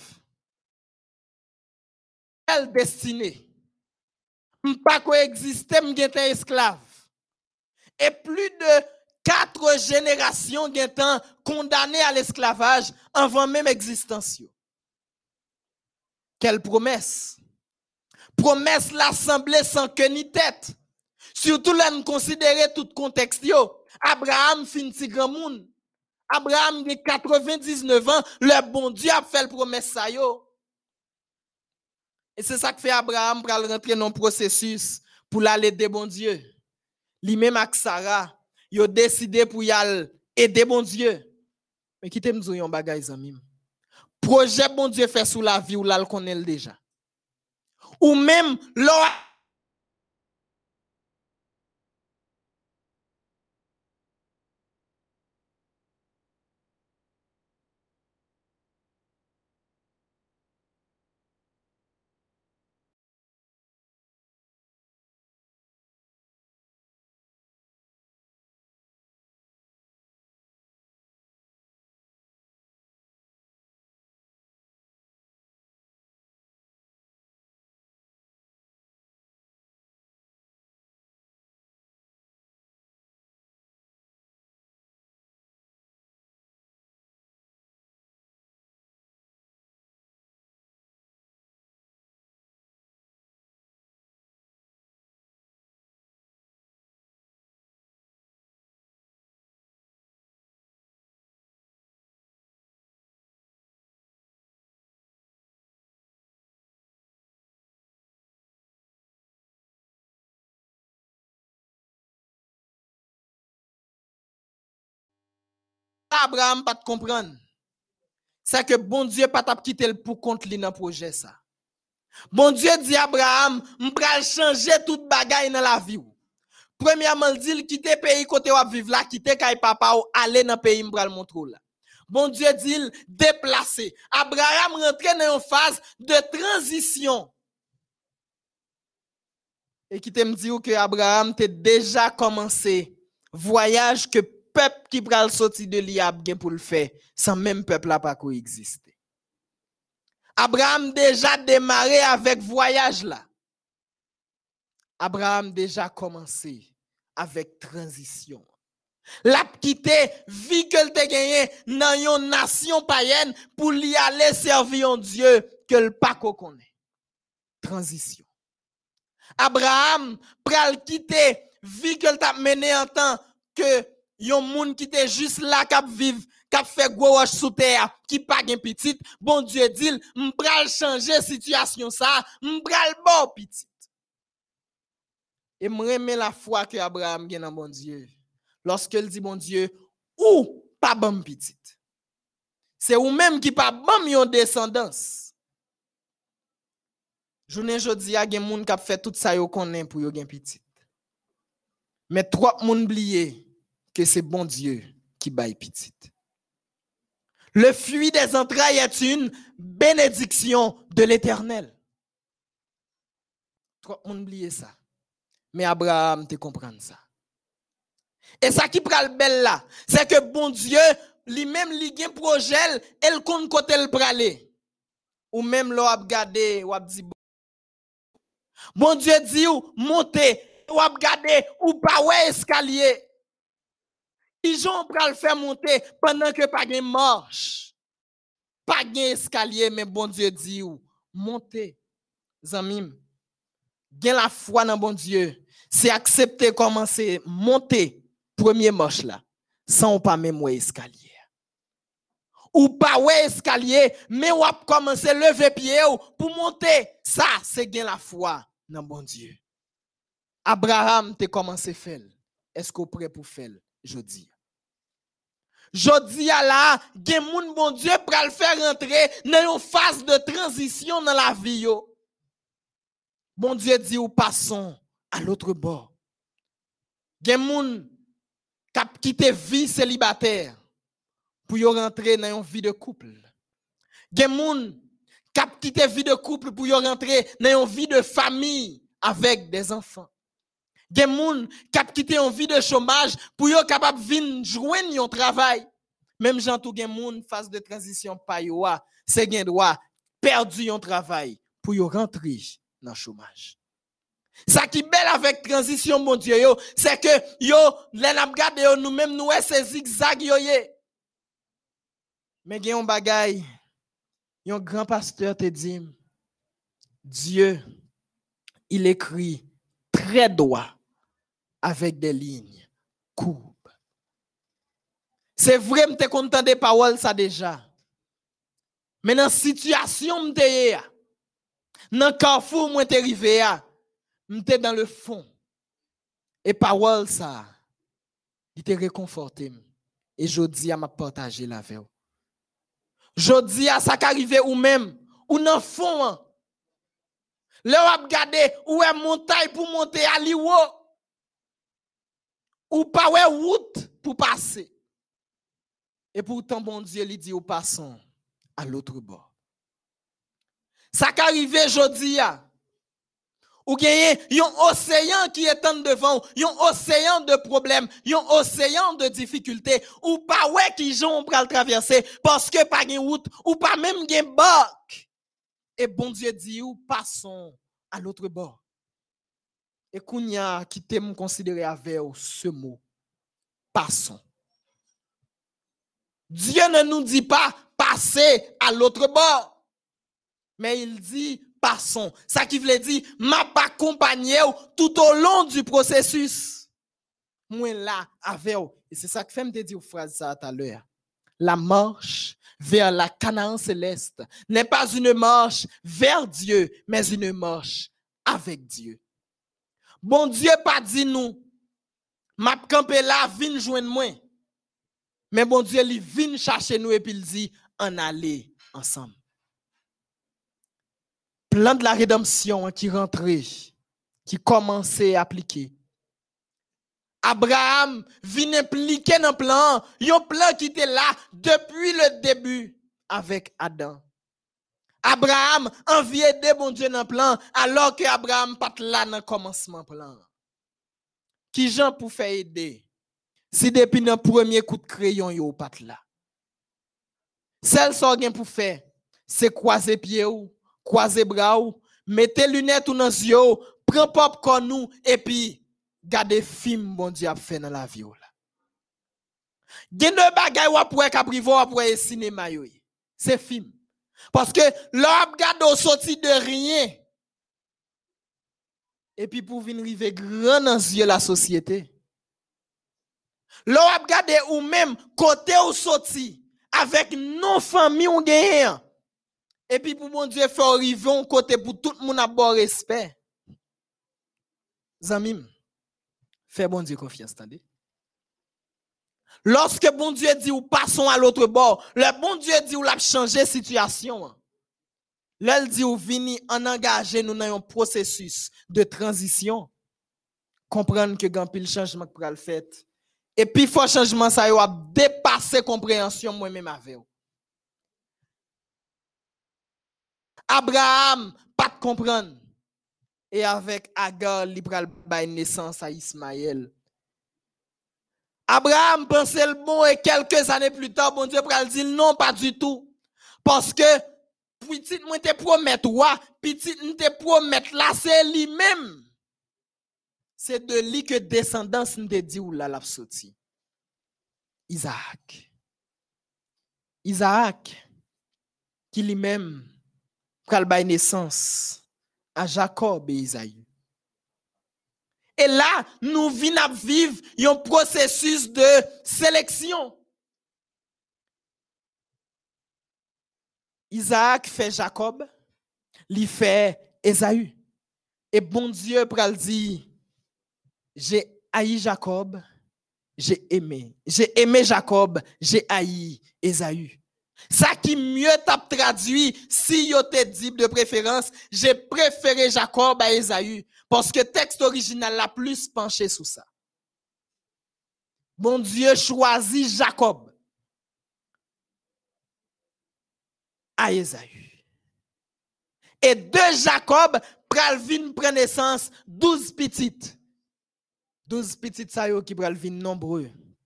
Quelle destinée? Pas qu'au existe, m'gen tan esclave. Et plus de 4 générations gen tan condamné à l'esclavage avant même existence. Quelle promesse? Promesse l'assemblée sans queue ni tête. Surtout là nous considérer tout contexte yo. Abraham fin ti grand monde. Abraham a 99 ans, le bon Dieu a fait le promesse ça yo. Et c'est ça que fait Abraham pour rentrer dans un processus pour l'aider bon Dieu. Lui-même avec Sarah, il a décidé pour y aller aider bon Dieu. Mais qui t'aime dire un bagage ami. Projet bon Dieu fait sous la vie ou là le connaît déjà. Ou même l'or Abraham pas de comprendre. C'est que bon Dieu pas t'a quitté pour compte li dans projet ça. Bon Dieu dit à Abraham, m'pral changer toute bagaille dans la vie. Premièrement, il dit quitter pays côté ou vivre là, quitter kay papa ou aller dans pays m'pral montrer là. Bon Dieu dit déplacer. Abraham rentre dans une phase de transition. Et qui te me dit que Abraham t'a déjà commencé voyage que peuple qui pral sorti de l'Iab pour le faire sans même peuple là pas coexister. Abraham déjà démarré avec voyage là. Abraham déjà commencé avec transition. L'a quitté vie que te gagné dans une nation païenne pour y aller servir un Dieu que le pas connaît. Transition. Abraham pral quitter vie que t'a mené en temps que yon moun qui était juste là k'ap vivre k'ap fait gros roche sous terre qui pas gen petite bon Dieu dit m'pral changer situation ça m'pral bon petite et m'aimer la foi que Abraham gen dans bon Dieu lorsque il dit bon Dieu ou pas bon petite c'est ou même qui pas bon yon descendance journée jodi a gen moun k'ap fait tout ça yo connaît pour yo gen petite mais trop moun oublié que c'est bon Dieu qui baille petite. Le fruit des entrailles est une bénédiction de l'Éternel. Trop on oublie ça. Mais Abraham te comprend ça. Et ça qui pral belle là, c'est que bon Dieu lui-même li gen projet, elle compte côté le pralé. Ou même l'on a regardé ou a dit bon Dieu dit ou monter ou a regardé ou pas ouais escalier. Ils ont pral faire monter pendant que pas gen marche. Pas gen escalier mais bon Dieu dit ou monter. Zamim. Gen la foi dans bon Dieu, c'est accepter commencer monter premier marche là sans pas même ouais escalier. Ou pas ouais escalier mais ou commencer lever pied pour monter. Ça c'est gen la foi dans bon Dieu. Abraham te commencé faire. Est-ce qu'on prêt pour faire jodi? Jodi a là, gen moun bon Dieu pral faire rentrer dans une phase de transition dans la vie yo. Bon Dieu dit ou passons à l'autre bord. Gen moun k'ap quitté vie célibataire pour yo rentrer dans une vie de couple. Gen moun k'ap quitté vie de couple pour yo rentrer dans une vie de famille avec des enfants. Gen moun k'ap quitté une vie de chômage pour yo capable vinn joindre yon travail. Même gens tout gen moun phase de transition pa yo a, c'est gen droit perdu yon travail pour yo rentrer dans chômage. Ça qui belle avec transition mon Dieu yo, c'est que yo les n'a gade yo nous même nous c'est zigzag yo yé. Mais gen yon bagay, yon grand pasteur te dit Dieu il écrit très droit avec des lignes courbes. C'est vrai, je suis content des paroles ça déjà. Mais dans la situation, Dans carrefour moi t'es arrivé à, m'étais dans le fond. Et parole ça, il t'a réconforté et jodi a m'a partagé la avec. Jodi a ça qu'arrivé ou même ou dans fond. Là on regarder où est montagne pour monter à l'Iwo. Ou pas ouais route pour passer. Et pourtant bon Dieu lui dit ou passons à l'autre bord. Ça qu'arrivé jodi a ou gagne un océan qui est en devant, un océan de problèmes, un océan de difficultés, ou pas ouais qui j'ont pour le traverser parce que pas une route ou pas même une barque. Et bon Dieu dit ou passons à l'autre bord. Et kounya qui t'aime considérer avec ce mot passons. Dieu ne nous dit pas passer à l'autre bord, mais il dit passons. Ça qui veut dire m'a pas accompagné tout au long du processus. Moi là avec vous. Et c'est ça que fait me dire une phrase ça tout à l'heure. La marche vers la Canaan céleste n'est pas une marche vers Dieu, mais une marche avec Dieu. Bon Dieu pas dit nous m'a campé là vinn joindre moi. Mais bon Dieu il vient chercher nous et puis il dit en aller ensemble. Plan de la rédemption qui rentrait, qui commençait à appliquer. Abraham vient impliquer dans le plan, un plan qui était là depuis le début avec Adam. Abraham enviait de bon Dieu dans le plan, alors que Abraham pas là dans le commencement plan. Qui Jean pour faire aider? Si depuis le premier coup de crayon, yo pas là. Celle so gen pour faire, c'est croiser pied ou, croiser bras ou, mettez lunettes ou dans yeux, prends popcorn nous et puis garder film bon Dieu a fait dans la vie là. Gen de bagay ou pour caprivo ou pour cinéma yo. C'est film. Parce que l'homme garde au sorti de rien. Et puis pour venir river grand dans yeux la société. L'homme garde ou même côté ou sorti avec nos familles ou gagne. Et puis pour mon Dieu faire arriver un côté pour tout le monde à bon respect. Zamim, fais bon Dieu confiance, attendez. Lorsque bon Dieu dit ou passons à l'autre bord, le bon Dieu dit ou l'a changer situation. L'elle dit ou vini en engager nous dans un processus de transition. Comprendre que grand pile changement pour le fait. Et puis faut changement ça yo a dépasser compréhension moi même avec. Abraham pas de comprendre. Et avec Agar li pral bay naissance à Ismaël. Abraham pensait le bon et quelques années plus tard bon Dieu pral dire non pas du tout. Parce que petit moi te promettre wa, petit te promettre là c'est lui-même. C'est de lui que descendance nous te dit ou là l'a sorti. Isaac qui lui-même pral bay naissance à Jacob et Isaïe. Et là, nous venons vivre un processus de sélection. Isaac fait Jacob, lui fait Esaü. Et bon Dieu pral dit, j'ai haï Jacob, j'ai aimé. J'ai aimé Jacob, j'ai haï Esaü. Ça qui mieux t'a traduit, si yo te dit de préférence, j'ai préféré Jacob à Esaü. Parce que le texte original l'a plus penché sur ça. Bon Dieu choisit Jacob à Esaü. Et de Jacob, pral vin prend naissance 12 petites. 12 petites sa yo qui pral vin nombreux.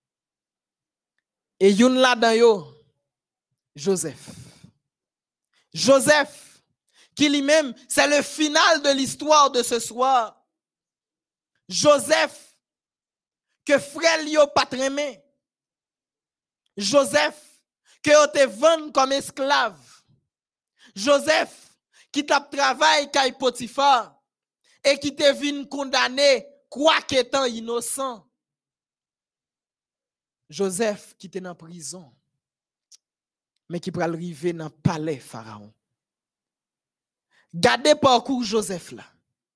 Et yon la dan yo, Joseph. Joseph, qui lui-même, c'est le final de l'histoire de ce soir. Joseph, que frère Lio pas tremé. Joseph, que on te vend comme esclave. Joseph, qui t'a travaillé kay Potiphar et qui te vient condamné, quoi qu'étant innocent. Joseph, qui était en prison, mais qui pral arriver dans le palais Pharaon. Gardez parcours Joseph là.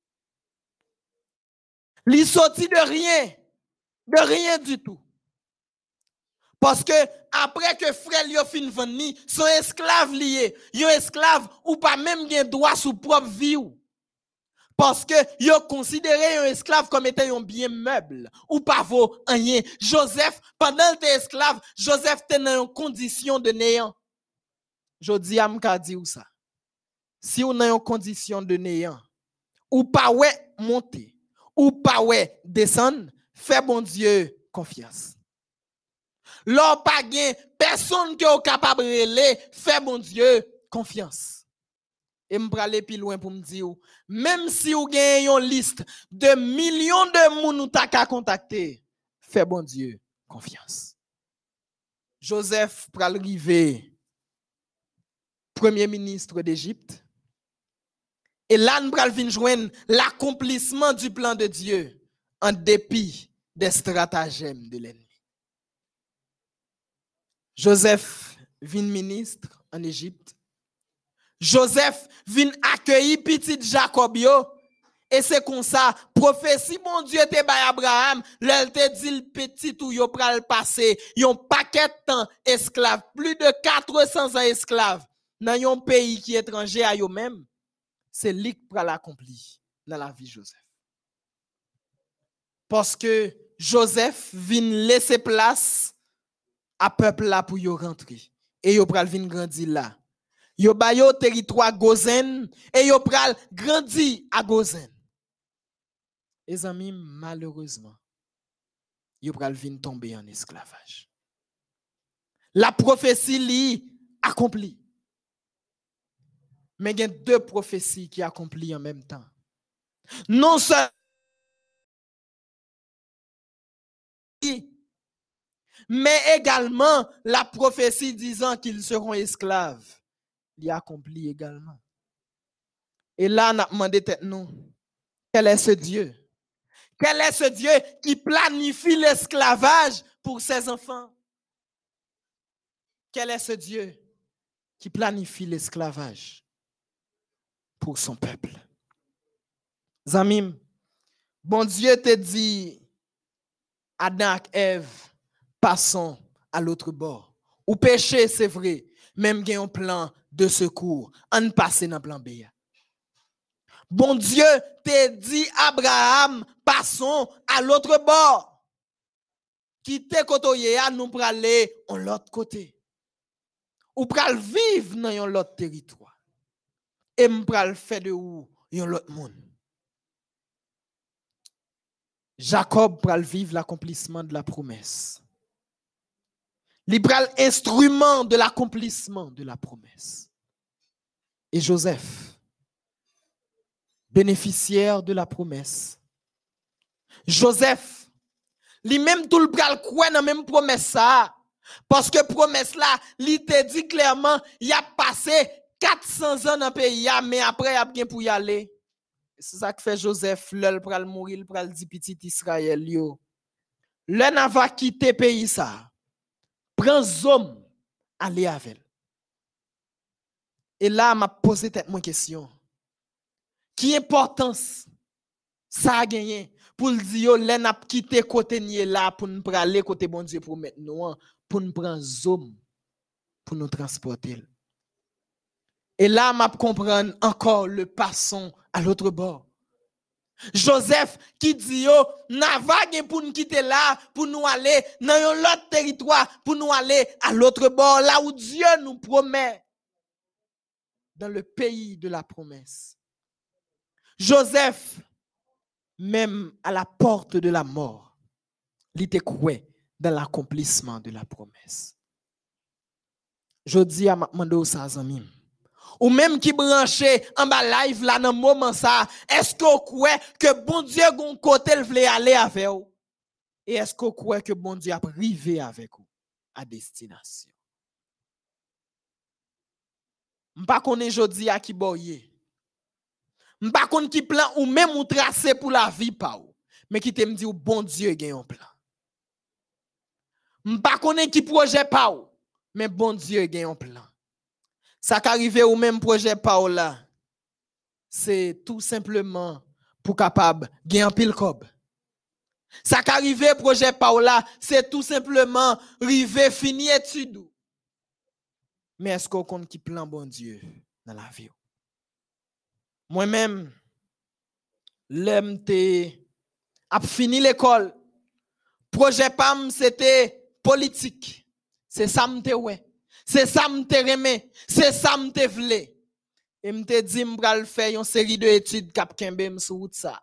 Il sorti de rien du tout. Parce que après que frère yo fin vendre, son esclave lié, yo esclave ou pas même gen droit sous propre vie ou. Parce que yo considéré un esclave comme étant un bien meuble ou pas vaut rien. Joseph pendant t'es esclave, Joseph était dans une condition de néant. Jodi am ka di ou ça. Si on a une condition de néant, ou pas ouais monter, ou pas ouais descendre, fais bon Dieu confiance. L'on pas gen personne qui est capable de relais, fais bon Dieu confiance. Et m'pa aller plus loin pour me dire, même si vous avez une liste de millions de moun ou ta ka contacter, fais bon Dieu confiance. Joseph pral rive premier ministre d'Égypte. Et là, nous allons joindre l'accomplissement du plan de Dieu en dépit des stratagèmes de l'ennemi. Joseph vient ministre en Égypte. Joseph vient accueillir petit Jacob yo. Et c'est comme ça, prophétie bon Dieu te bay Abraham, l'el te dit le petit ou yo pral passer, yon paquet de temps esclave, plus de 400 ans esclaves, dans yon pays qui est étranger à yo même. C'est lui qui pral accompli dans la vie de Joseph. Parce que Joseph vient laisser place à peuple là pour yo rentrer. Et yo pral vinn grandir là. Yo ba yo territoire Gozen et yo pral grandi à Gozen. Les amis, malheureusement, yo pral vinn tomber en esclavage. La prophétie li accomplie. Mais il y a deux prophéties qui accomplissent en même temps. Non seulement mais également la prophétie disant qu'ils seront esclaves. Il accomplit également. Et là, on a demandé tête nous, quel est ce Dieu? Quel est ce Dieu qui planifie l'esclavage pour ses enfants? Quel est ce Dieu qui planifie l'esclavage pour son peuple? Zamim, bon Dieu te dit, Adam et Ève, passons à l'autre bord. Ou péché, c'est vrai, même qu'il y a un plan de secours, on passe dans le plan B. Bon Dieu te dit, Abraham, passons à l'autre bord. Quittez côté, nous pour aller à l'autre côté. Ou pour vivre dans l'autre territoire. Et nous pour faire de où l'autre monde. Jacob pour vivre l'accomplissement de la promesse. Libéral instrument de l'accomplissement de la promesse. Et Joseph, bénéficiaire de la promesse. Joseph, lui-même tout le bral croit dans même promesse ça. Parce que promesse là, il te dit clairement, il a passé 400 ans dans le pays, mais après il a bien pour y aller. C'est ça que fait Joseph, l'el pral mourir, pral dit petit Israël yo. L'en va quitter pays ça. Prends homme, allez avec. Et là, m'a posé tête mon question. Qui importance ça a gagné pour le dire l'en a quitté côté nié là pour nous aller côté bon Dieu pour mettre nous pour nous prendre homme pour nous transporter. Et là, m'a comprendre encore le passons à l'autre bord. Joseph qui dit yo n'a vague pour nous quitter là pour nous aller dans l'autre territoire pour nous aller à l'autre bord là où Dieu nous promet dans le pays de la promesse. Joseph même à la porte de la mort, il était croyant dans l'accomplissement de la promesse. Je dis à Mando Sazamim, ou même qui branché en bas live là dans moment ça, est-ce que vous croyez que bon Dieu gon côté il veut aller avec vous? Et est-ce que vous croyez que bon Dieu a privé avec vous à destination? M'pa connait jodi a qui boye. M'pa connait qui plan ou même ou tracé pour la vie pa ou, mais qui te me dit ou bon Dieu gen un plan. M'pa connait qui projet pa ou, mais bon Dieu gen un plan. Ça qu'arrive au même projet pa ou là. c'est tout simplement pour capable gagner un pile cob. Ça qu'arrivé projet Paola, c'est tout simplement river fini étude. Mais est-ce qu'on compte qui plan bon Dieu dans la vie? Moi-même, l'aime a fini l'école. Projet PAM c'était politique. C'est ça m'te ouais. C'est ça m'te remé. C'est ça m'te vle. Et m'te dit m'bral faire une série d'études cap kembe sur route ça.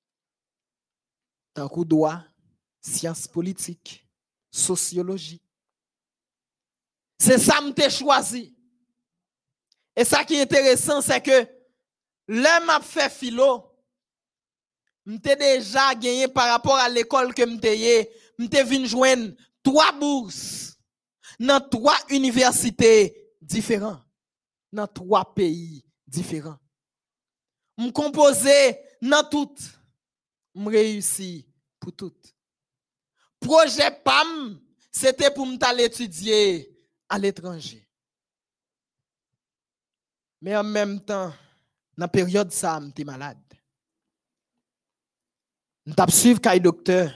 Tant coup droit, sciences politiques, sociologie. C'est ça m'te choisi. Et ça qui est intéressant c'est que l'homme a fait philo. M'te déjà gagné par rapport à l'école que m'te vinn joindre 3 bourses dans 3 universités différentes, dans 3 pays différents. M'composé dans toutes, m'réussi pour toutes. Projet PAM, c'était pour m'aller étudier à l'étranger. Mais en même temps, dans la période ça, m'étais malade. M'tap suivre kay docteur.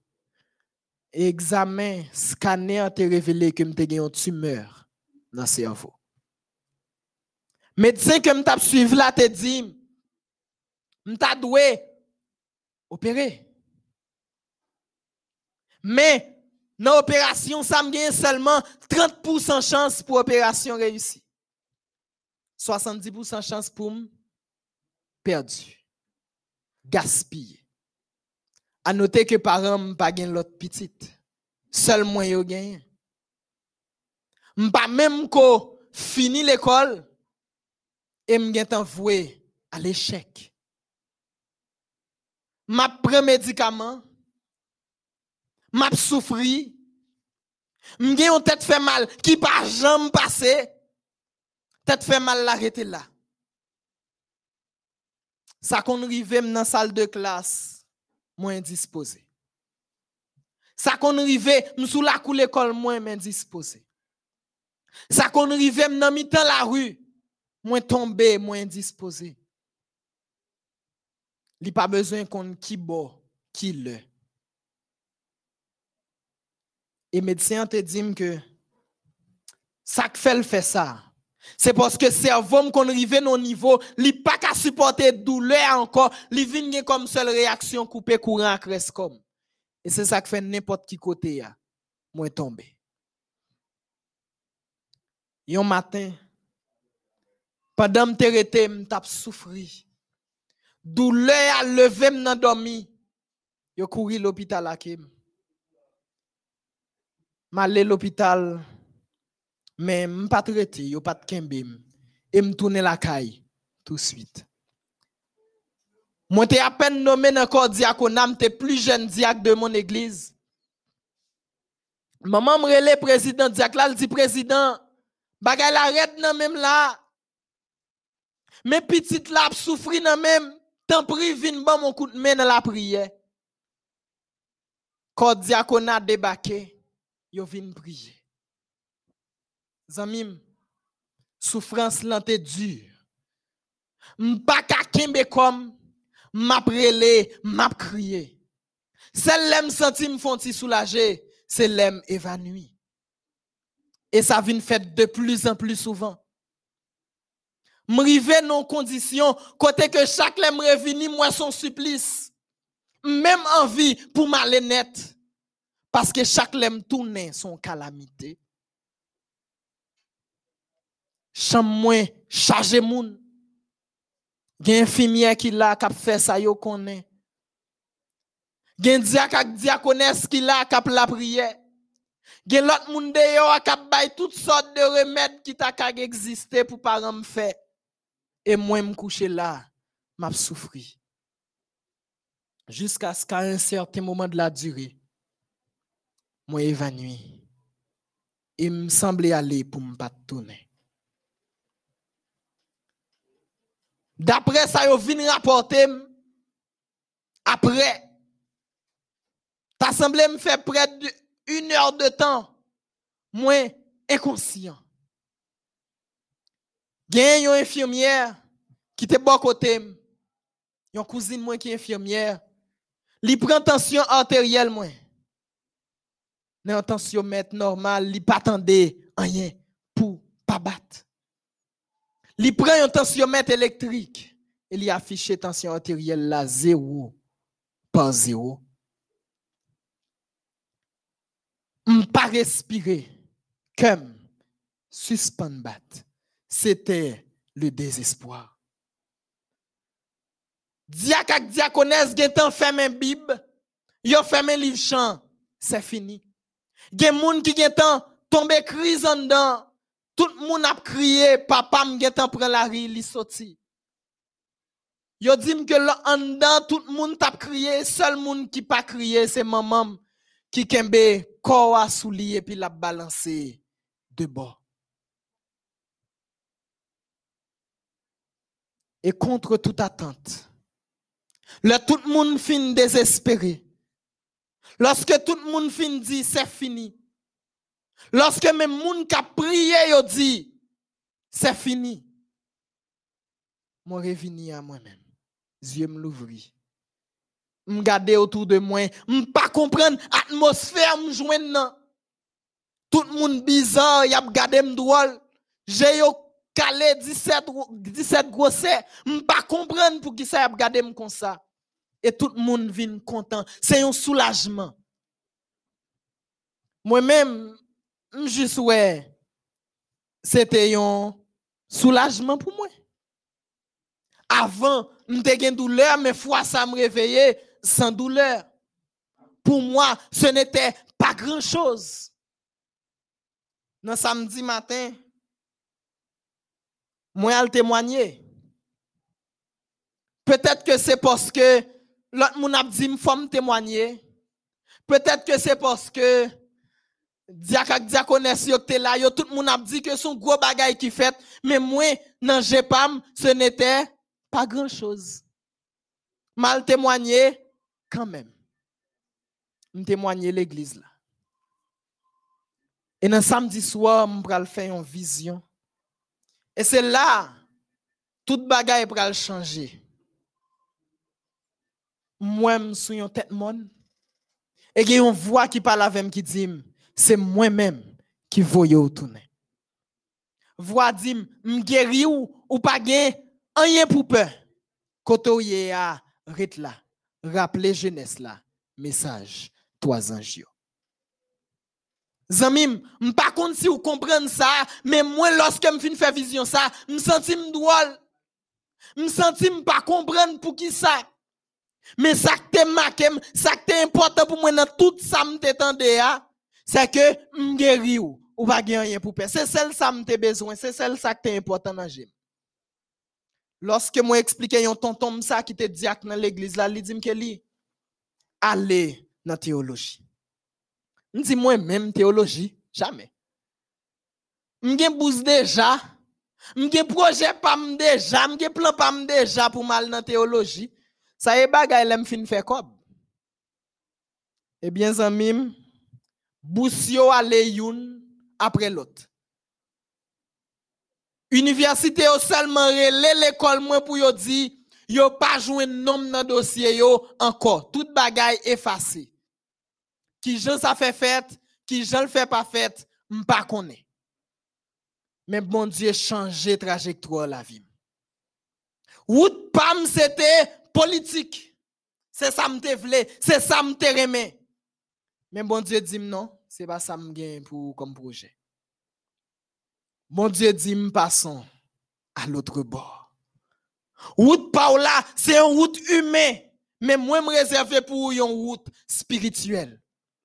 Examen, scanner te révélé que m'te gen une tumeur dans le cerveau. Médecin que m'tap suivre là te dit m'ta doué opérer. Mais dans l'opération, ça me gagne seulement 30% chance pour opération réussie. 70% chance pour perdu. Gaspillé. À noter que parents m'pa gen l'autre petite. Seul moi yo gen. M'pa même ko fini l'école et m'gen envoué à l'échec. M'a prend médicament, m'a souffri, m'gen yon tête fait mal qui pas jamais passé. Tête fait mal l'arrêter là. Ça qu'on rive dans salle de classe. Moins indisposé. Ça qu'on rive sous la cour l'école moins indisposé. Ça qu'on rive dans mi-temps la rue moins tombé, moins indisposé. Li pas besoin qu'on qui bo, qui le. Et médecin te dit que ça fait ça. C'est parce que cerveau qu'on rive au niveau, li pas qu'à supporter douleur encore, li vinn comme seule réaction couper courant à crescom. Et c'est ça qui fait n'importe qui côté ya, moins tomber. Yon matin, pendant m'te rete, m'tap souffri. Douleur a levé m'nan dormi. Yo couri l'hôpital akem. M'aller l'hôpital. Mais je ne pas traité, je pas kembe et me tourner la caille tout de suite. Moi t'ai à peine nommé dans corps diaconat, m'étais plus jeune diacre de mon église. Maman me relè président diacre là, elle dit président, bagay la red nan même là. Mais petite là souffri nan même, tant pri vinn ban mon coup de main dans la prière. Corps diaconat débarqué, yo vinn prier. Zamim, souffrance lente dure. M'pa ka kembe comme m'a prélé, m'a crié. Celle l'aime senti me font ti soulager, c'est l'aime évanoui. Et ça vient fait de plus en plus souvent. M'rive non condition côté que chaque l'aime revini moi son supplice. Même envie pour m'aller net parce que chaque l'aime tourner son calamité. Chambre moins chargé moun. Gen infirmière qui là k'ap fait ça yo connaît. Gen diak ak diaconesse qui là k'ap la prière. Gen l'autre moun de yo k'ap bay toutes sortes de remèdes qui ta k'ag exister pour parents me faire. Et moi me coucher là, m'a souffri. Jusqu'à ce qu'à un certain moment de la durée, moi évanoui. Et me semblait aller pour me pas tourner. D'après ça, yo vinn rapporter après. T'as semblé me faire près d'1 heure de temps. Moi, inconscient. Gen yon infirmière qui te bon côté, yon cousine moi qui est infirmière, li prend tension artérielle moi. Nan tensiomètre normal, li pas tande rien pour pas battre. Li prend un tensiomètre électrique et li affiche tension artérielle là 0 par 0. Pas respirer comme suspend battre. C'était le désespoir. Diak ak diakonesse gen tan ferme Bible, yo ferme livre chant, c'est fini. Gen moun ki gen tan tombe crise en dedans, tout moun ap crié, papa m gen tan prend la ri li sorti. Yo dim que en dedans tout moun tap crié, seul moun qui pas crié c'est maman qui kembe corps a soulier puis la balancer de bord. Et contre toute attente, le tout le monde fin désespéré. Lorsque tout le monde fin dit c'est fini. Lorsque même moun qui a prié yo dit c'est fini. Moi revini à moi-même. Yeux me l'ouvri. M'garder autour de moi, m'pas comprendre atmosphère m'joindre nan. Tout le monde bizarre, y a regardé m'drôle. J'ai yo calé 17 grossesse, m'pas comprendre pour qui ça y a regardé m comme ça. Et tout le monde vient content, c'est un soulagement. Moi-même juste ouais, c'était un soulagement pour moi. Avant, m'te gen douleur, mais fois ça me réveillait sans douleur. Pour moi, ce n'était pas grand-chose. Dans samedi matin, moi al témoigner. Peut-être que c'est parce que l'autre moun a dit m'fom témoigner. Peut-être que c'est parce que diak ak diakonesse yo te là, yo tout moun a dit que son gros bagay qui fait, mais moi nan Jepam, ce n'était pas grand-chose. Mal témoigner quand même. Me témoigner l'église là. Et dans samedi soir, je vais faire une vision. Et c'est là, toute bagaille va changer. Moi, je suis en tête monde. Et il y a une voix qui parle avec moi qui dit, c'est moi-même qui voye retourner. Voix dit, m'guéri ou pas gain, rien pour peur. Koto ye a ret là, rappelez jeunesse là, message, 3 anges yo. Zamim, m'pas konn si ou comprendre ça, mais moi lorsque m'fin faire vision ça, m'senti m'drôle. M'senti m'pas comprendre pour qui ça. Mais ça que te marqué, ça que te important pour moi dans tout ça m'tende a, c'est que m'guéri ou pas gen rien pour peur. C'est celle ça m'te besoin, c'est celle ça que te important dans jim. Lorsque moi expliquais yon tonton ça qui te diacre dans l'église là, li dit que li aller dans théologie. M'di moi même théologie jamais. M'gen bouse déjà, m'gen projet pas déjà, m'gen plan pas déjà pour mal dans théologie. Ça y bagay l'aime fin faire comme. Eh bien zamim, bouse yo aller youn après l'autre. Université yo seulement relé l'école moi pour yo di yo pas jouen nom dans dossier yo encore toute bagaille effacée. Qui Jean ça fait, qui Jean le fait pas fait, m'pas connaît. Mais bon Dieu changer trajectoire la vie. Route pam c'était politique. C'est ça m'te vle, c'est ça m'te remè. Mais bon Dieu dit non, c'est pas ça m'gain pour comme projet. Bon Dieu dit passons à l'autre bord. Route par là, c'est une route humaine, mais moi me réserver pour une route spirituelle.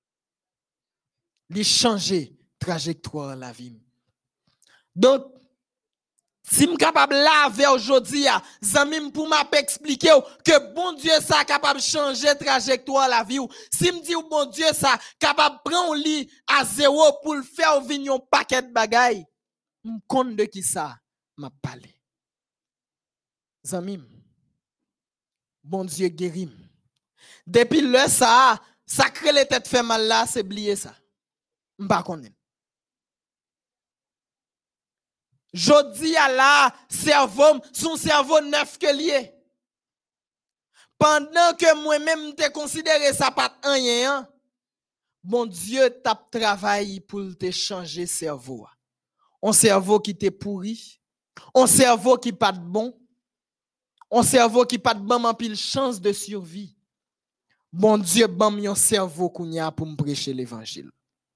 Li changer trajectoire la vie. Donc si m capable là vers aujourd'hui zanmim pour m'a expliquer que bon Dieu ça capable changer trajectoire la vie. Si me dit bon Dieu ça capable prendre li à 0 pour le faire venir un paquet de bagaille. M compte de qui ça m'a parlé. Zanmim, bon Dieu guérit. Depuis le ça crée les têtes fait mal là, c'est oublier ça. M'pas connaît. Jodi à la cerveau, son cerveau neuf que lié. Pendant que moi-même te considéré ça pas rien, bon Dieu t'a travaillé pour te changer cerveau. Un cerveau qui t'est pourri, un cerveau qui pas de bon, un cerveau qui pas de bon en pile chance de survie. Bon Dieu ban mon cerveau kounya pour me prêcher l'évangile.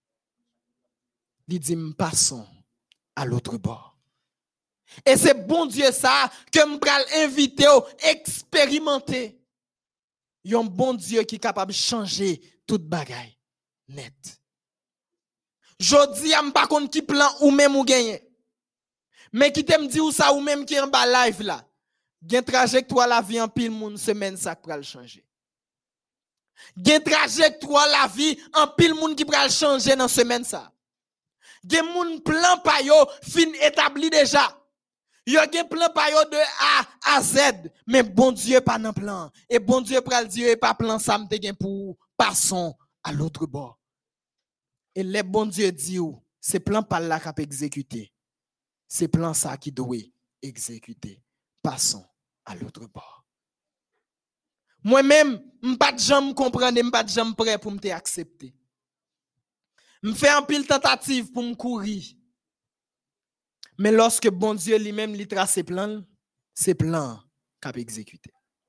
Il dit passons à l'autre bord. Et c'est bon Dieu ça que me pral inviter à expérimenter. Un bon Dieu qui est capable de changer toute bagaille net. Jodi am pas kon qui plan ou même ou gagner. Mais qui t'aime dit ou ça ou même qui en bas live là. Gen trajectoire la vie en pile moun semaine ça pral changer. Gen trajectoire la vie en pile moun qui pral changer dans semaine ça. Gen moun plan pa yo fin établi déjà. Yo gen plan pa yo de A à Z, mais bon Dieu pas nan plan. Et bon Dieu pral dire et pas plan ça m'te gen pour passons à l'autre bord. Et les bon Dieu dit ou, c'est plan pas là qu'a exécuter. C'est plan ça qui doit exécuter. Passons à l'autre bord. Moi-même, m'pas de jambe comprendre, m'pas de jambe prêt pour me accepter. M'fais un pile tentative pour me courir. Mais lorsque bon Dieu lui-même lui trace ses plans, c'est plan qu'a exécuté.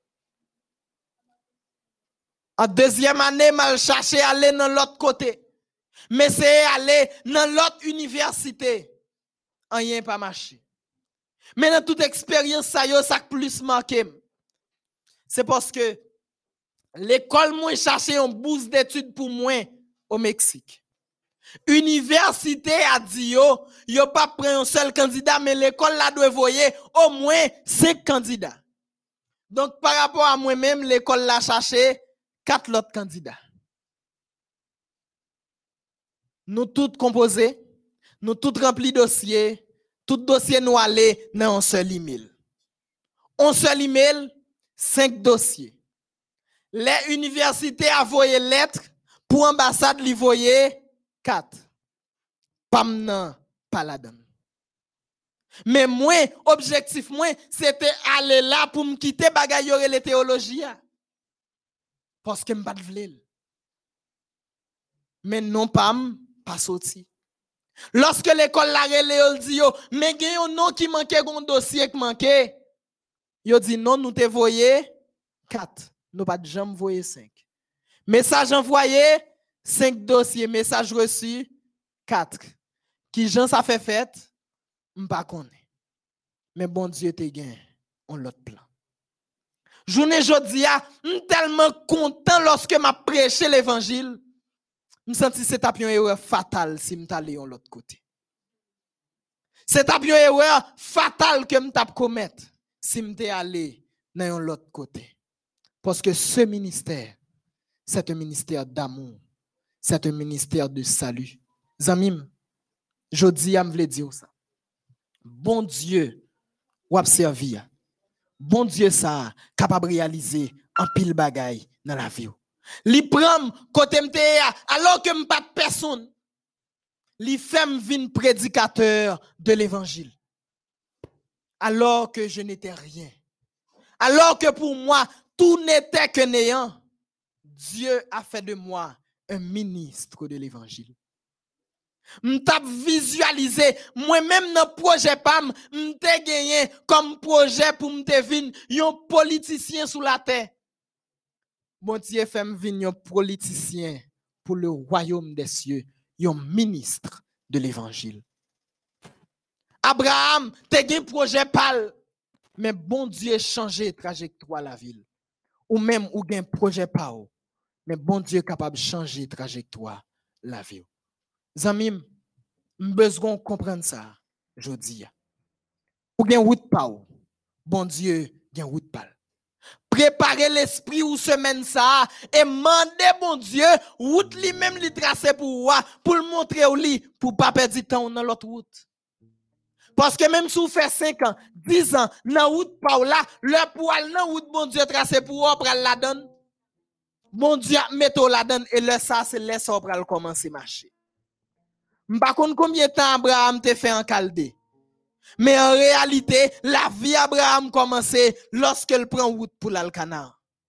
En deuxième année, mal cherché aller dans l'autre côté. Mais c'est aller dans l'autre université. Rien pas marché. Mais dans toute expérience, ça plus marqué. C'est parce que l'école moi cherché une bourse d'études pour moi au Mexique. Université a dit yo pas pris un seul candidat, mais l'école là doit voyer au moins 5 candidats. Donc par rapport à moi-même, l'école l'a cherché 4 autres candidats. Nous tous composés, nous tous remplis dossiers, tout dossier nous aller dans un seul email. Un seul email, 5 dossiers. Les universités a voyé lettres pour ambassade li voyé 4. Pam nan pas la donne. Mais moi, objectif moi, c'était aller là pour me quitter bagay yore les théologie. Parce que m'pas vle. Mais non pas sorti. Lorsque l'école la relé dit yo, mais gen yon non qui manquait gon dossier qui manquait. Yo dit non nous te voyé 4. Nous pas de jamais voyé 5. Message envoyé 5 dossiers, message reçu 4. Qui Jean ça fait fête, m'pas connaît. Mais bon Dieu te gain on l'autre plan. Journée jodia, tellement content lorsque m'a prêché l'évangile. Me senti c'est une erreur fatale si m'ta aller on l'autre côté. C'est une erreur fatale que m'ta commettre si m'te aller dans l'autre côté. Parce que ce ministère, c'est un ministère d'amour. C'est un ministère de salut. Zamim, jodi am vle dire ça. Bon Dieu, ou observer. Bon Dieu ça capable réaliser en pile bagay dans la vie. Li prend côté m'te alors que m'pas de personne. Li fait vin prédicateur de l'évangile. Alors que je n'étais rien. Alors que pour moi tout n'était que néant. Dieu a fait de moi un ministre de l'évangile. M'tap visualiser moi-même dans projet PAM, m'te gagné comme projet pour m'te vin yon politicien sous la terre. Bon Dieu fait vin yon politicien pour le royaume des cieux, yon ministre de l'évangile. Abraham te gagné projet pal, mais bon Dieu changé trajectoire la ville. Ou même ou gen projet pao. Mais bon Dieu est capable de changer trajectoire la vie. Zamim, besoin comprendre ça, je dis. Ou gen route pa ou. Bon Dieu gen route pal. Préparez l'esprit ou semaine ça et mandez bon Dieu route li même li tracé pour le montrer au lit pour pas perdre du temps dans l'autre route. Parce que même si vous faites 5 ans, 10 ans, dans route pa ou là, le poil dans route bon Dieu tracé pour ou pral la donne. Bon Dieu mette la donne et le ça c'est laisse on pral commencer marcher. M'pa konn combien de temps Abraham te fait en Chaldée. Mais en réalité, la vie d'Abraham commençait lorsqu'il prend route pour l'Alcana.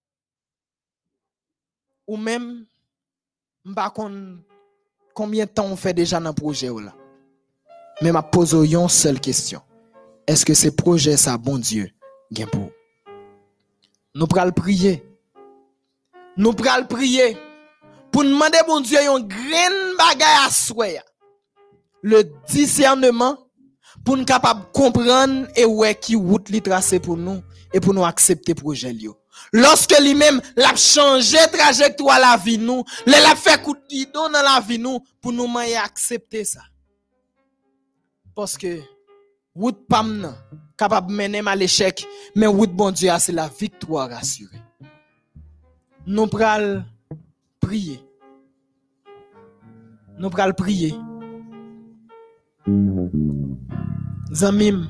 Ou même, je ne sais pas combien de temps on fait déjà dans le projet là. Mais je pose une seule question. Est-ce que ce projet, ça, bon Dieu, gain pour? Nous prenons prier. Nous prenons prier pour demander bon Dieu un grand bagage à souhait. Le discernement pour nous capable comprendre et ouais qui route li tracé pour nous et pour nous accepter projet li. Lorsque lui-même l'a changé trajectoire la vie nous, l'a fait coup de guidon dans la vie nous pour nous accepter ça. Parce que route pam capable mener à l'échec, mais route bon Dieu c'est la victoire assurée. Nous pral prier. Nous pral prier. Zamim,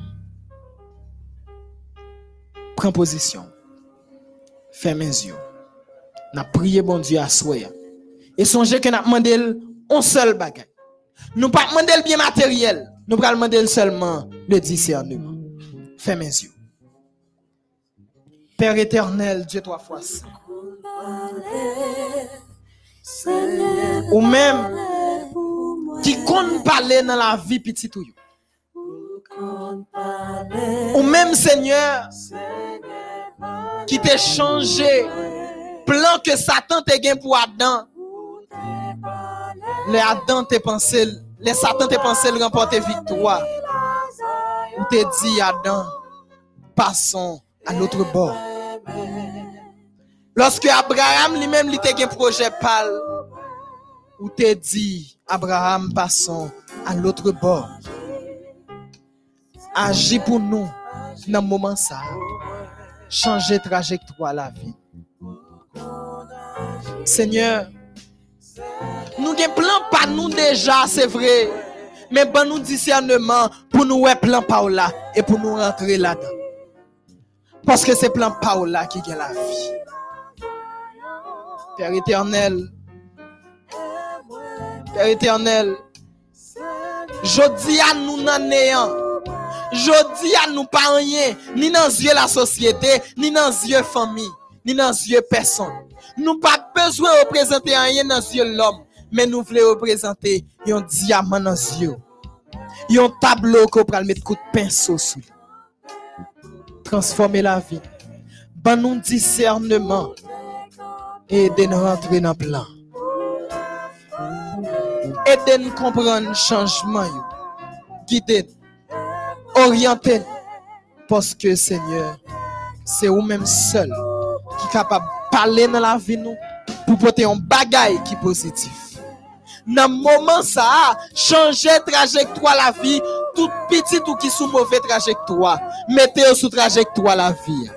prends position. Ferme mes yeux. N'a prié bon Dieu à soi. Et songez que n'a demandé un seul bagage. Nous pas demander le bien matériel. Nous pas demander seulement le discernement. Ferme mes yeux. Père éternel, Dieu trois fois saint. Ou même qui compte parler dans la vie petite ou ou même Seigneur qui t'a changé plan que Satan t'a gagné pour Adam. Les Adam t'a pensé, les Satan t'a pensé le remporter victoire. Ou t'a dit Adam, passons à l'autre bord. Lorsque Abraham lui-même lui t'a gagné projet pâle, ou t'a dit Abraham, passons à l'autre bord. Agis pour nous dans le moment ça. Changer trajectoire la vie. Seigneur, nous avons plan pas nous déjà, c'est vrai. Mais bon nous discernement pour nous ouais plan par là et pour nous rentrer là-dedans. Parce que c'est plan par là qui gagne la vie. Père éternel, je dis à nous dans néant. Je dis à nous pas rien, ni dans yeux la société, ni dans yeux famille, ni dans yeux personne. Nous pas besoin de représenter rien dans yeux l'homme, mais nous voulons représenter un diamant dans yeux. Un tableau qu'on peut mettre coup de pinceau sous. Transformer la vie. Ban nous discernement et de nous rentrer dans le plan. Et de nous comprendre le changement. Guider. Orienter, parce que Seigneur, c'est vous-même seul qui est capable de parler dans la vie nous pour porter un bagage qui est positif. Dans le moment ça, changer trajectoire la vie, tout petit ou qui sous mauvais trajectoire, mettez-vous sous trajectoire la vie.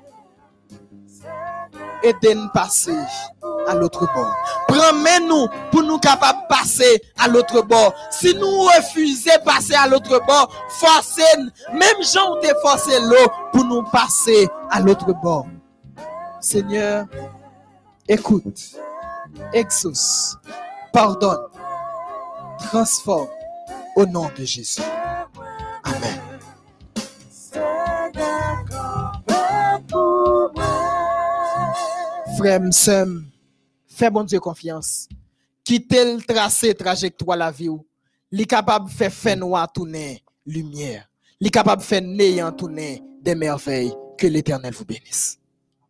Aidez-nous passer à l'autre bord. Promets-nous pour nous capables de passer à l'autre bord. Si nous refusons de passer à l'autre bord, forcez-nous, même gens ont forcé l'eau pour nous passer à l'autre bord. Seigneur, écoute, exauce, pardonne, transforme au nom de Jésus. Amen. Frère, sœur, fais bon Dieu confiance. Quittez le tracé trajectoire la vie. Li capable de faire fin noir tourner lumière. Li capable de faire néant tourner des merveilles. Que l'Éternel vous bénisse.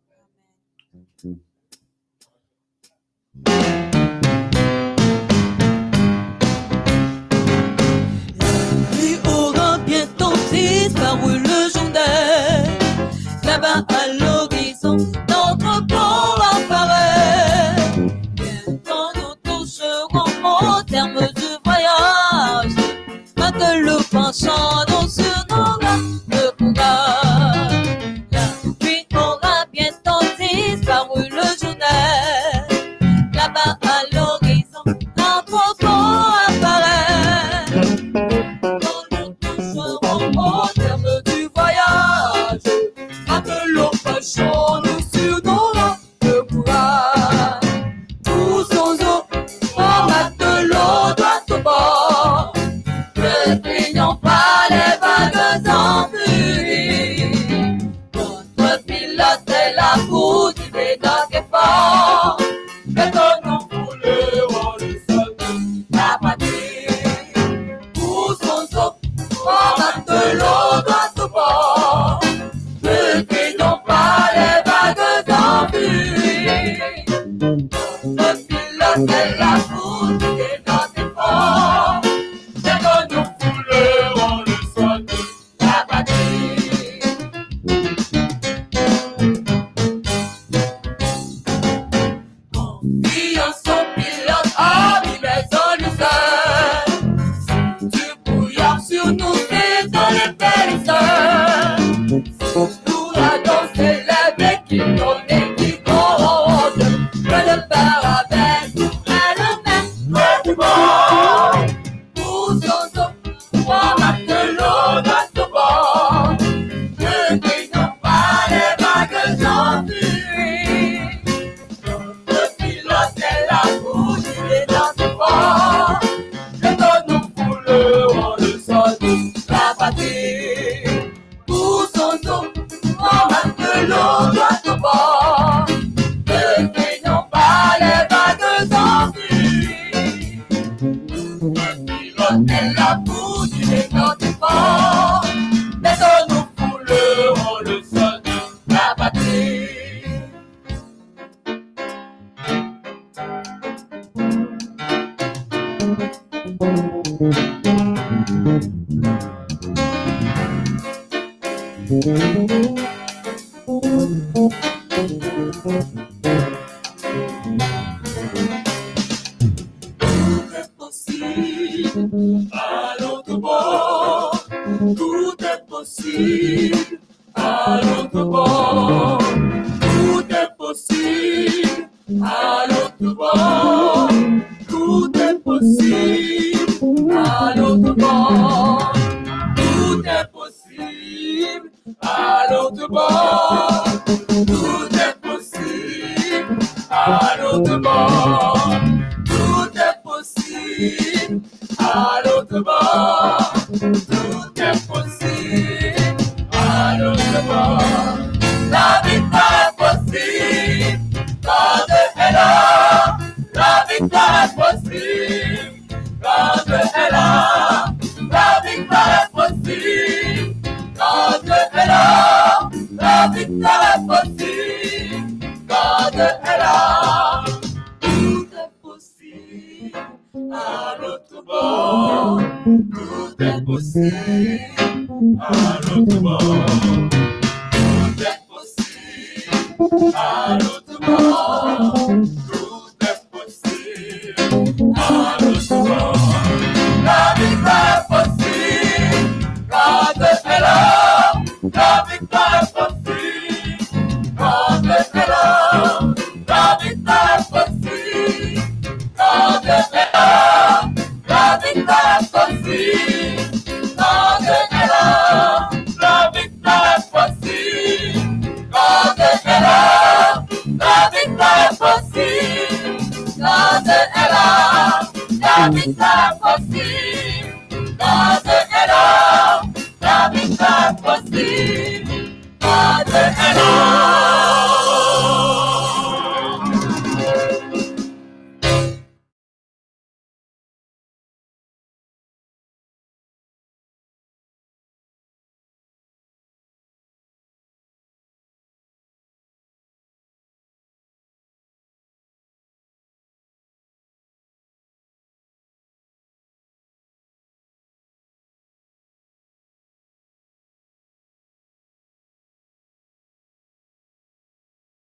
Il aura bientôt disparu le journal. Là-bas à l'horizon, notre pont apparaît. Bientôt nous toucherons au terme du voyage. Quand le penchant nous sur nos rames de courage. La pluie aura bientôt disparu le journal. Là-bas à l'horizon, notre pont apparaît. Quand nous toucherons au terme du voyage. Nous la danse élève qui donne et qui compte. Que le Père avec nous est le maître du monde. Pour son dos, trois matelots doivent se bord. Ne craignons pas les vagues enfuies. Le pilote est là pour guider dans ses ports. Que nous coulerons le sol de la patrie. Pour son dos, trois matelots doivent se bord. Ne craignons pas les vagues enfuies. Le pilote est là pour guider notre port. Mais nous coulerons le sol de la patrie. Tout est possible à l'autre bord. Tout est possible à l'autre bord. Tout est possible à l'autre bord. Tout est possible à l'autre bord. Tout est possible à l'autre bord. Tout est possible à l'autre bord. Tout est possible à l'autre bord. Tout est possible à l'autre bord. La victoire est possible quand Dieu est là. La victoire est possible quand Dieu est là. La victoire est possible quand Dieu est là. La victoire est possible quand Dieu est là. Tout est possible à l'autre bord. Tout est possible à l'autre bord. Tout est possible à l'autre bord. Tout est possible à l'autre bord. La victoire est possible quand Dieu est là. La victoire est possible quand Dieu est là. La victoire est possible quand Dieu est là. La victoire est possible quand Dieu est là. La victoire est possible quand Dieu est là. La victoire est possible quand Dieu est là. La victoire est possible quand Dieu est là. La victoire est possible quand Dieu est là.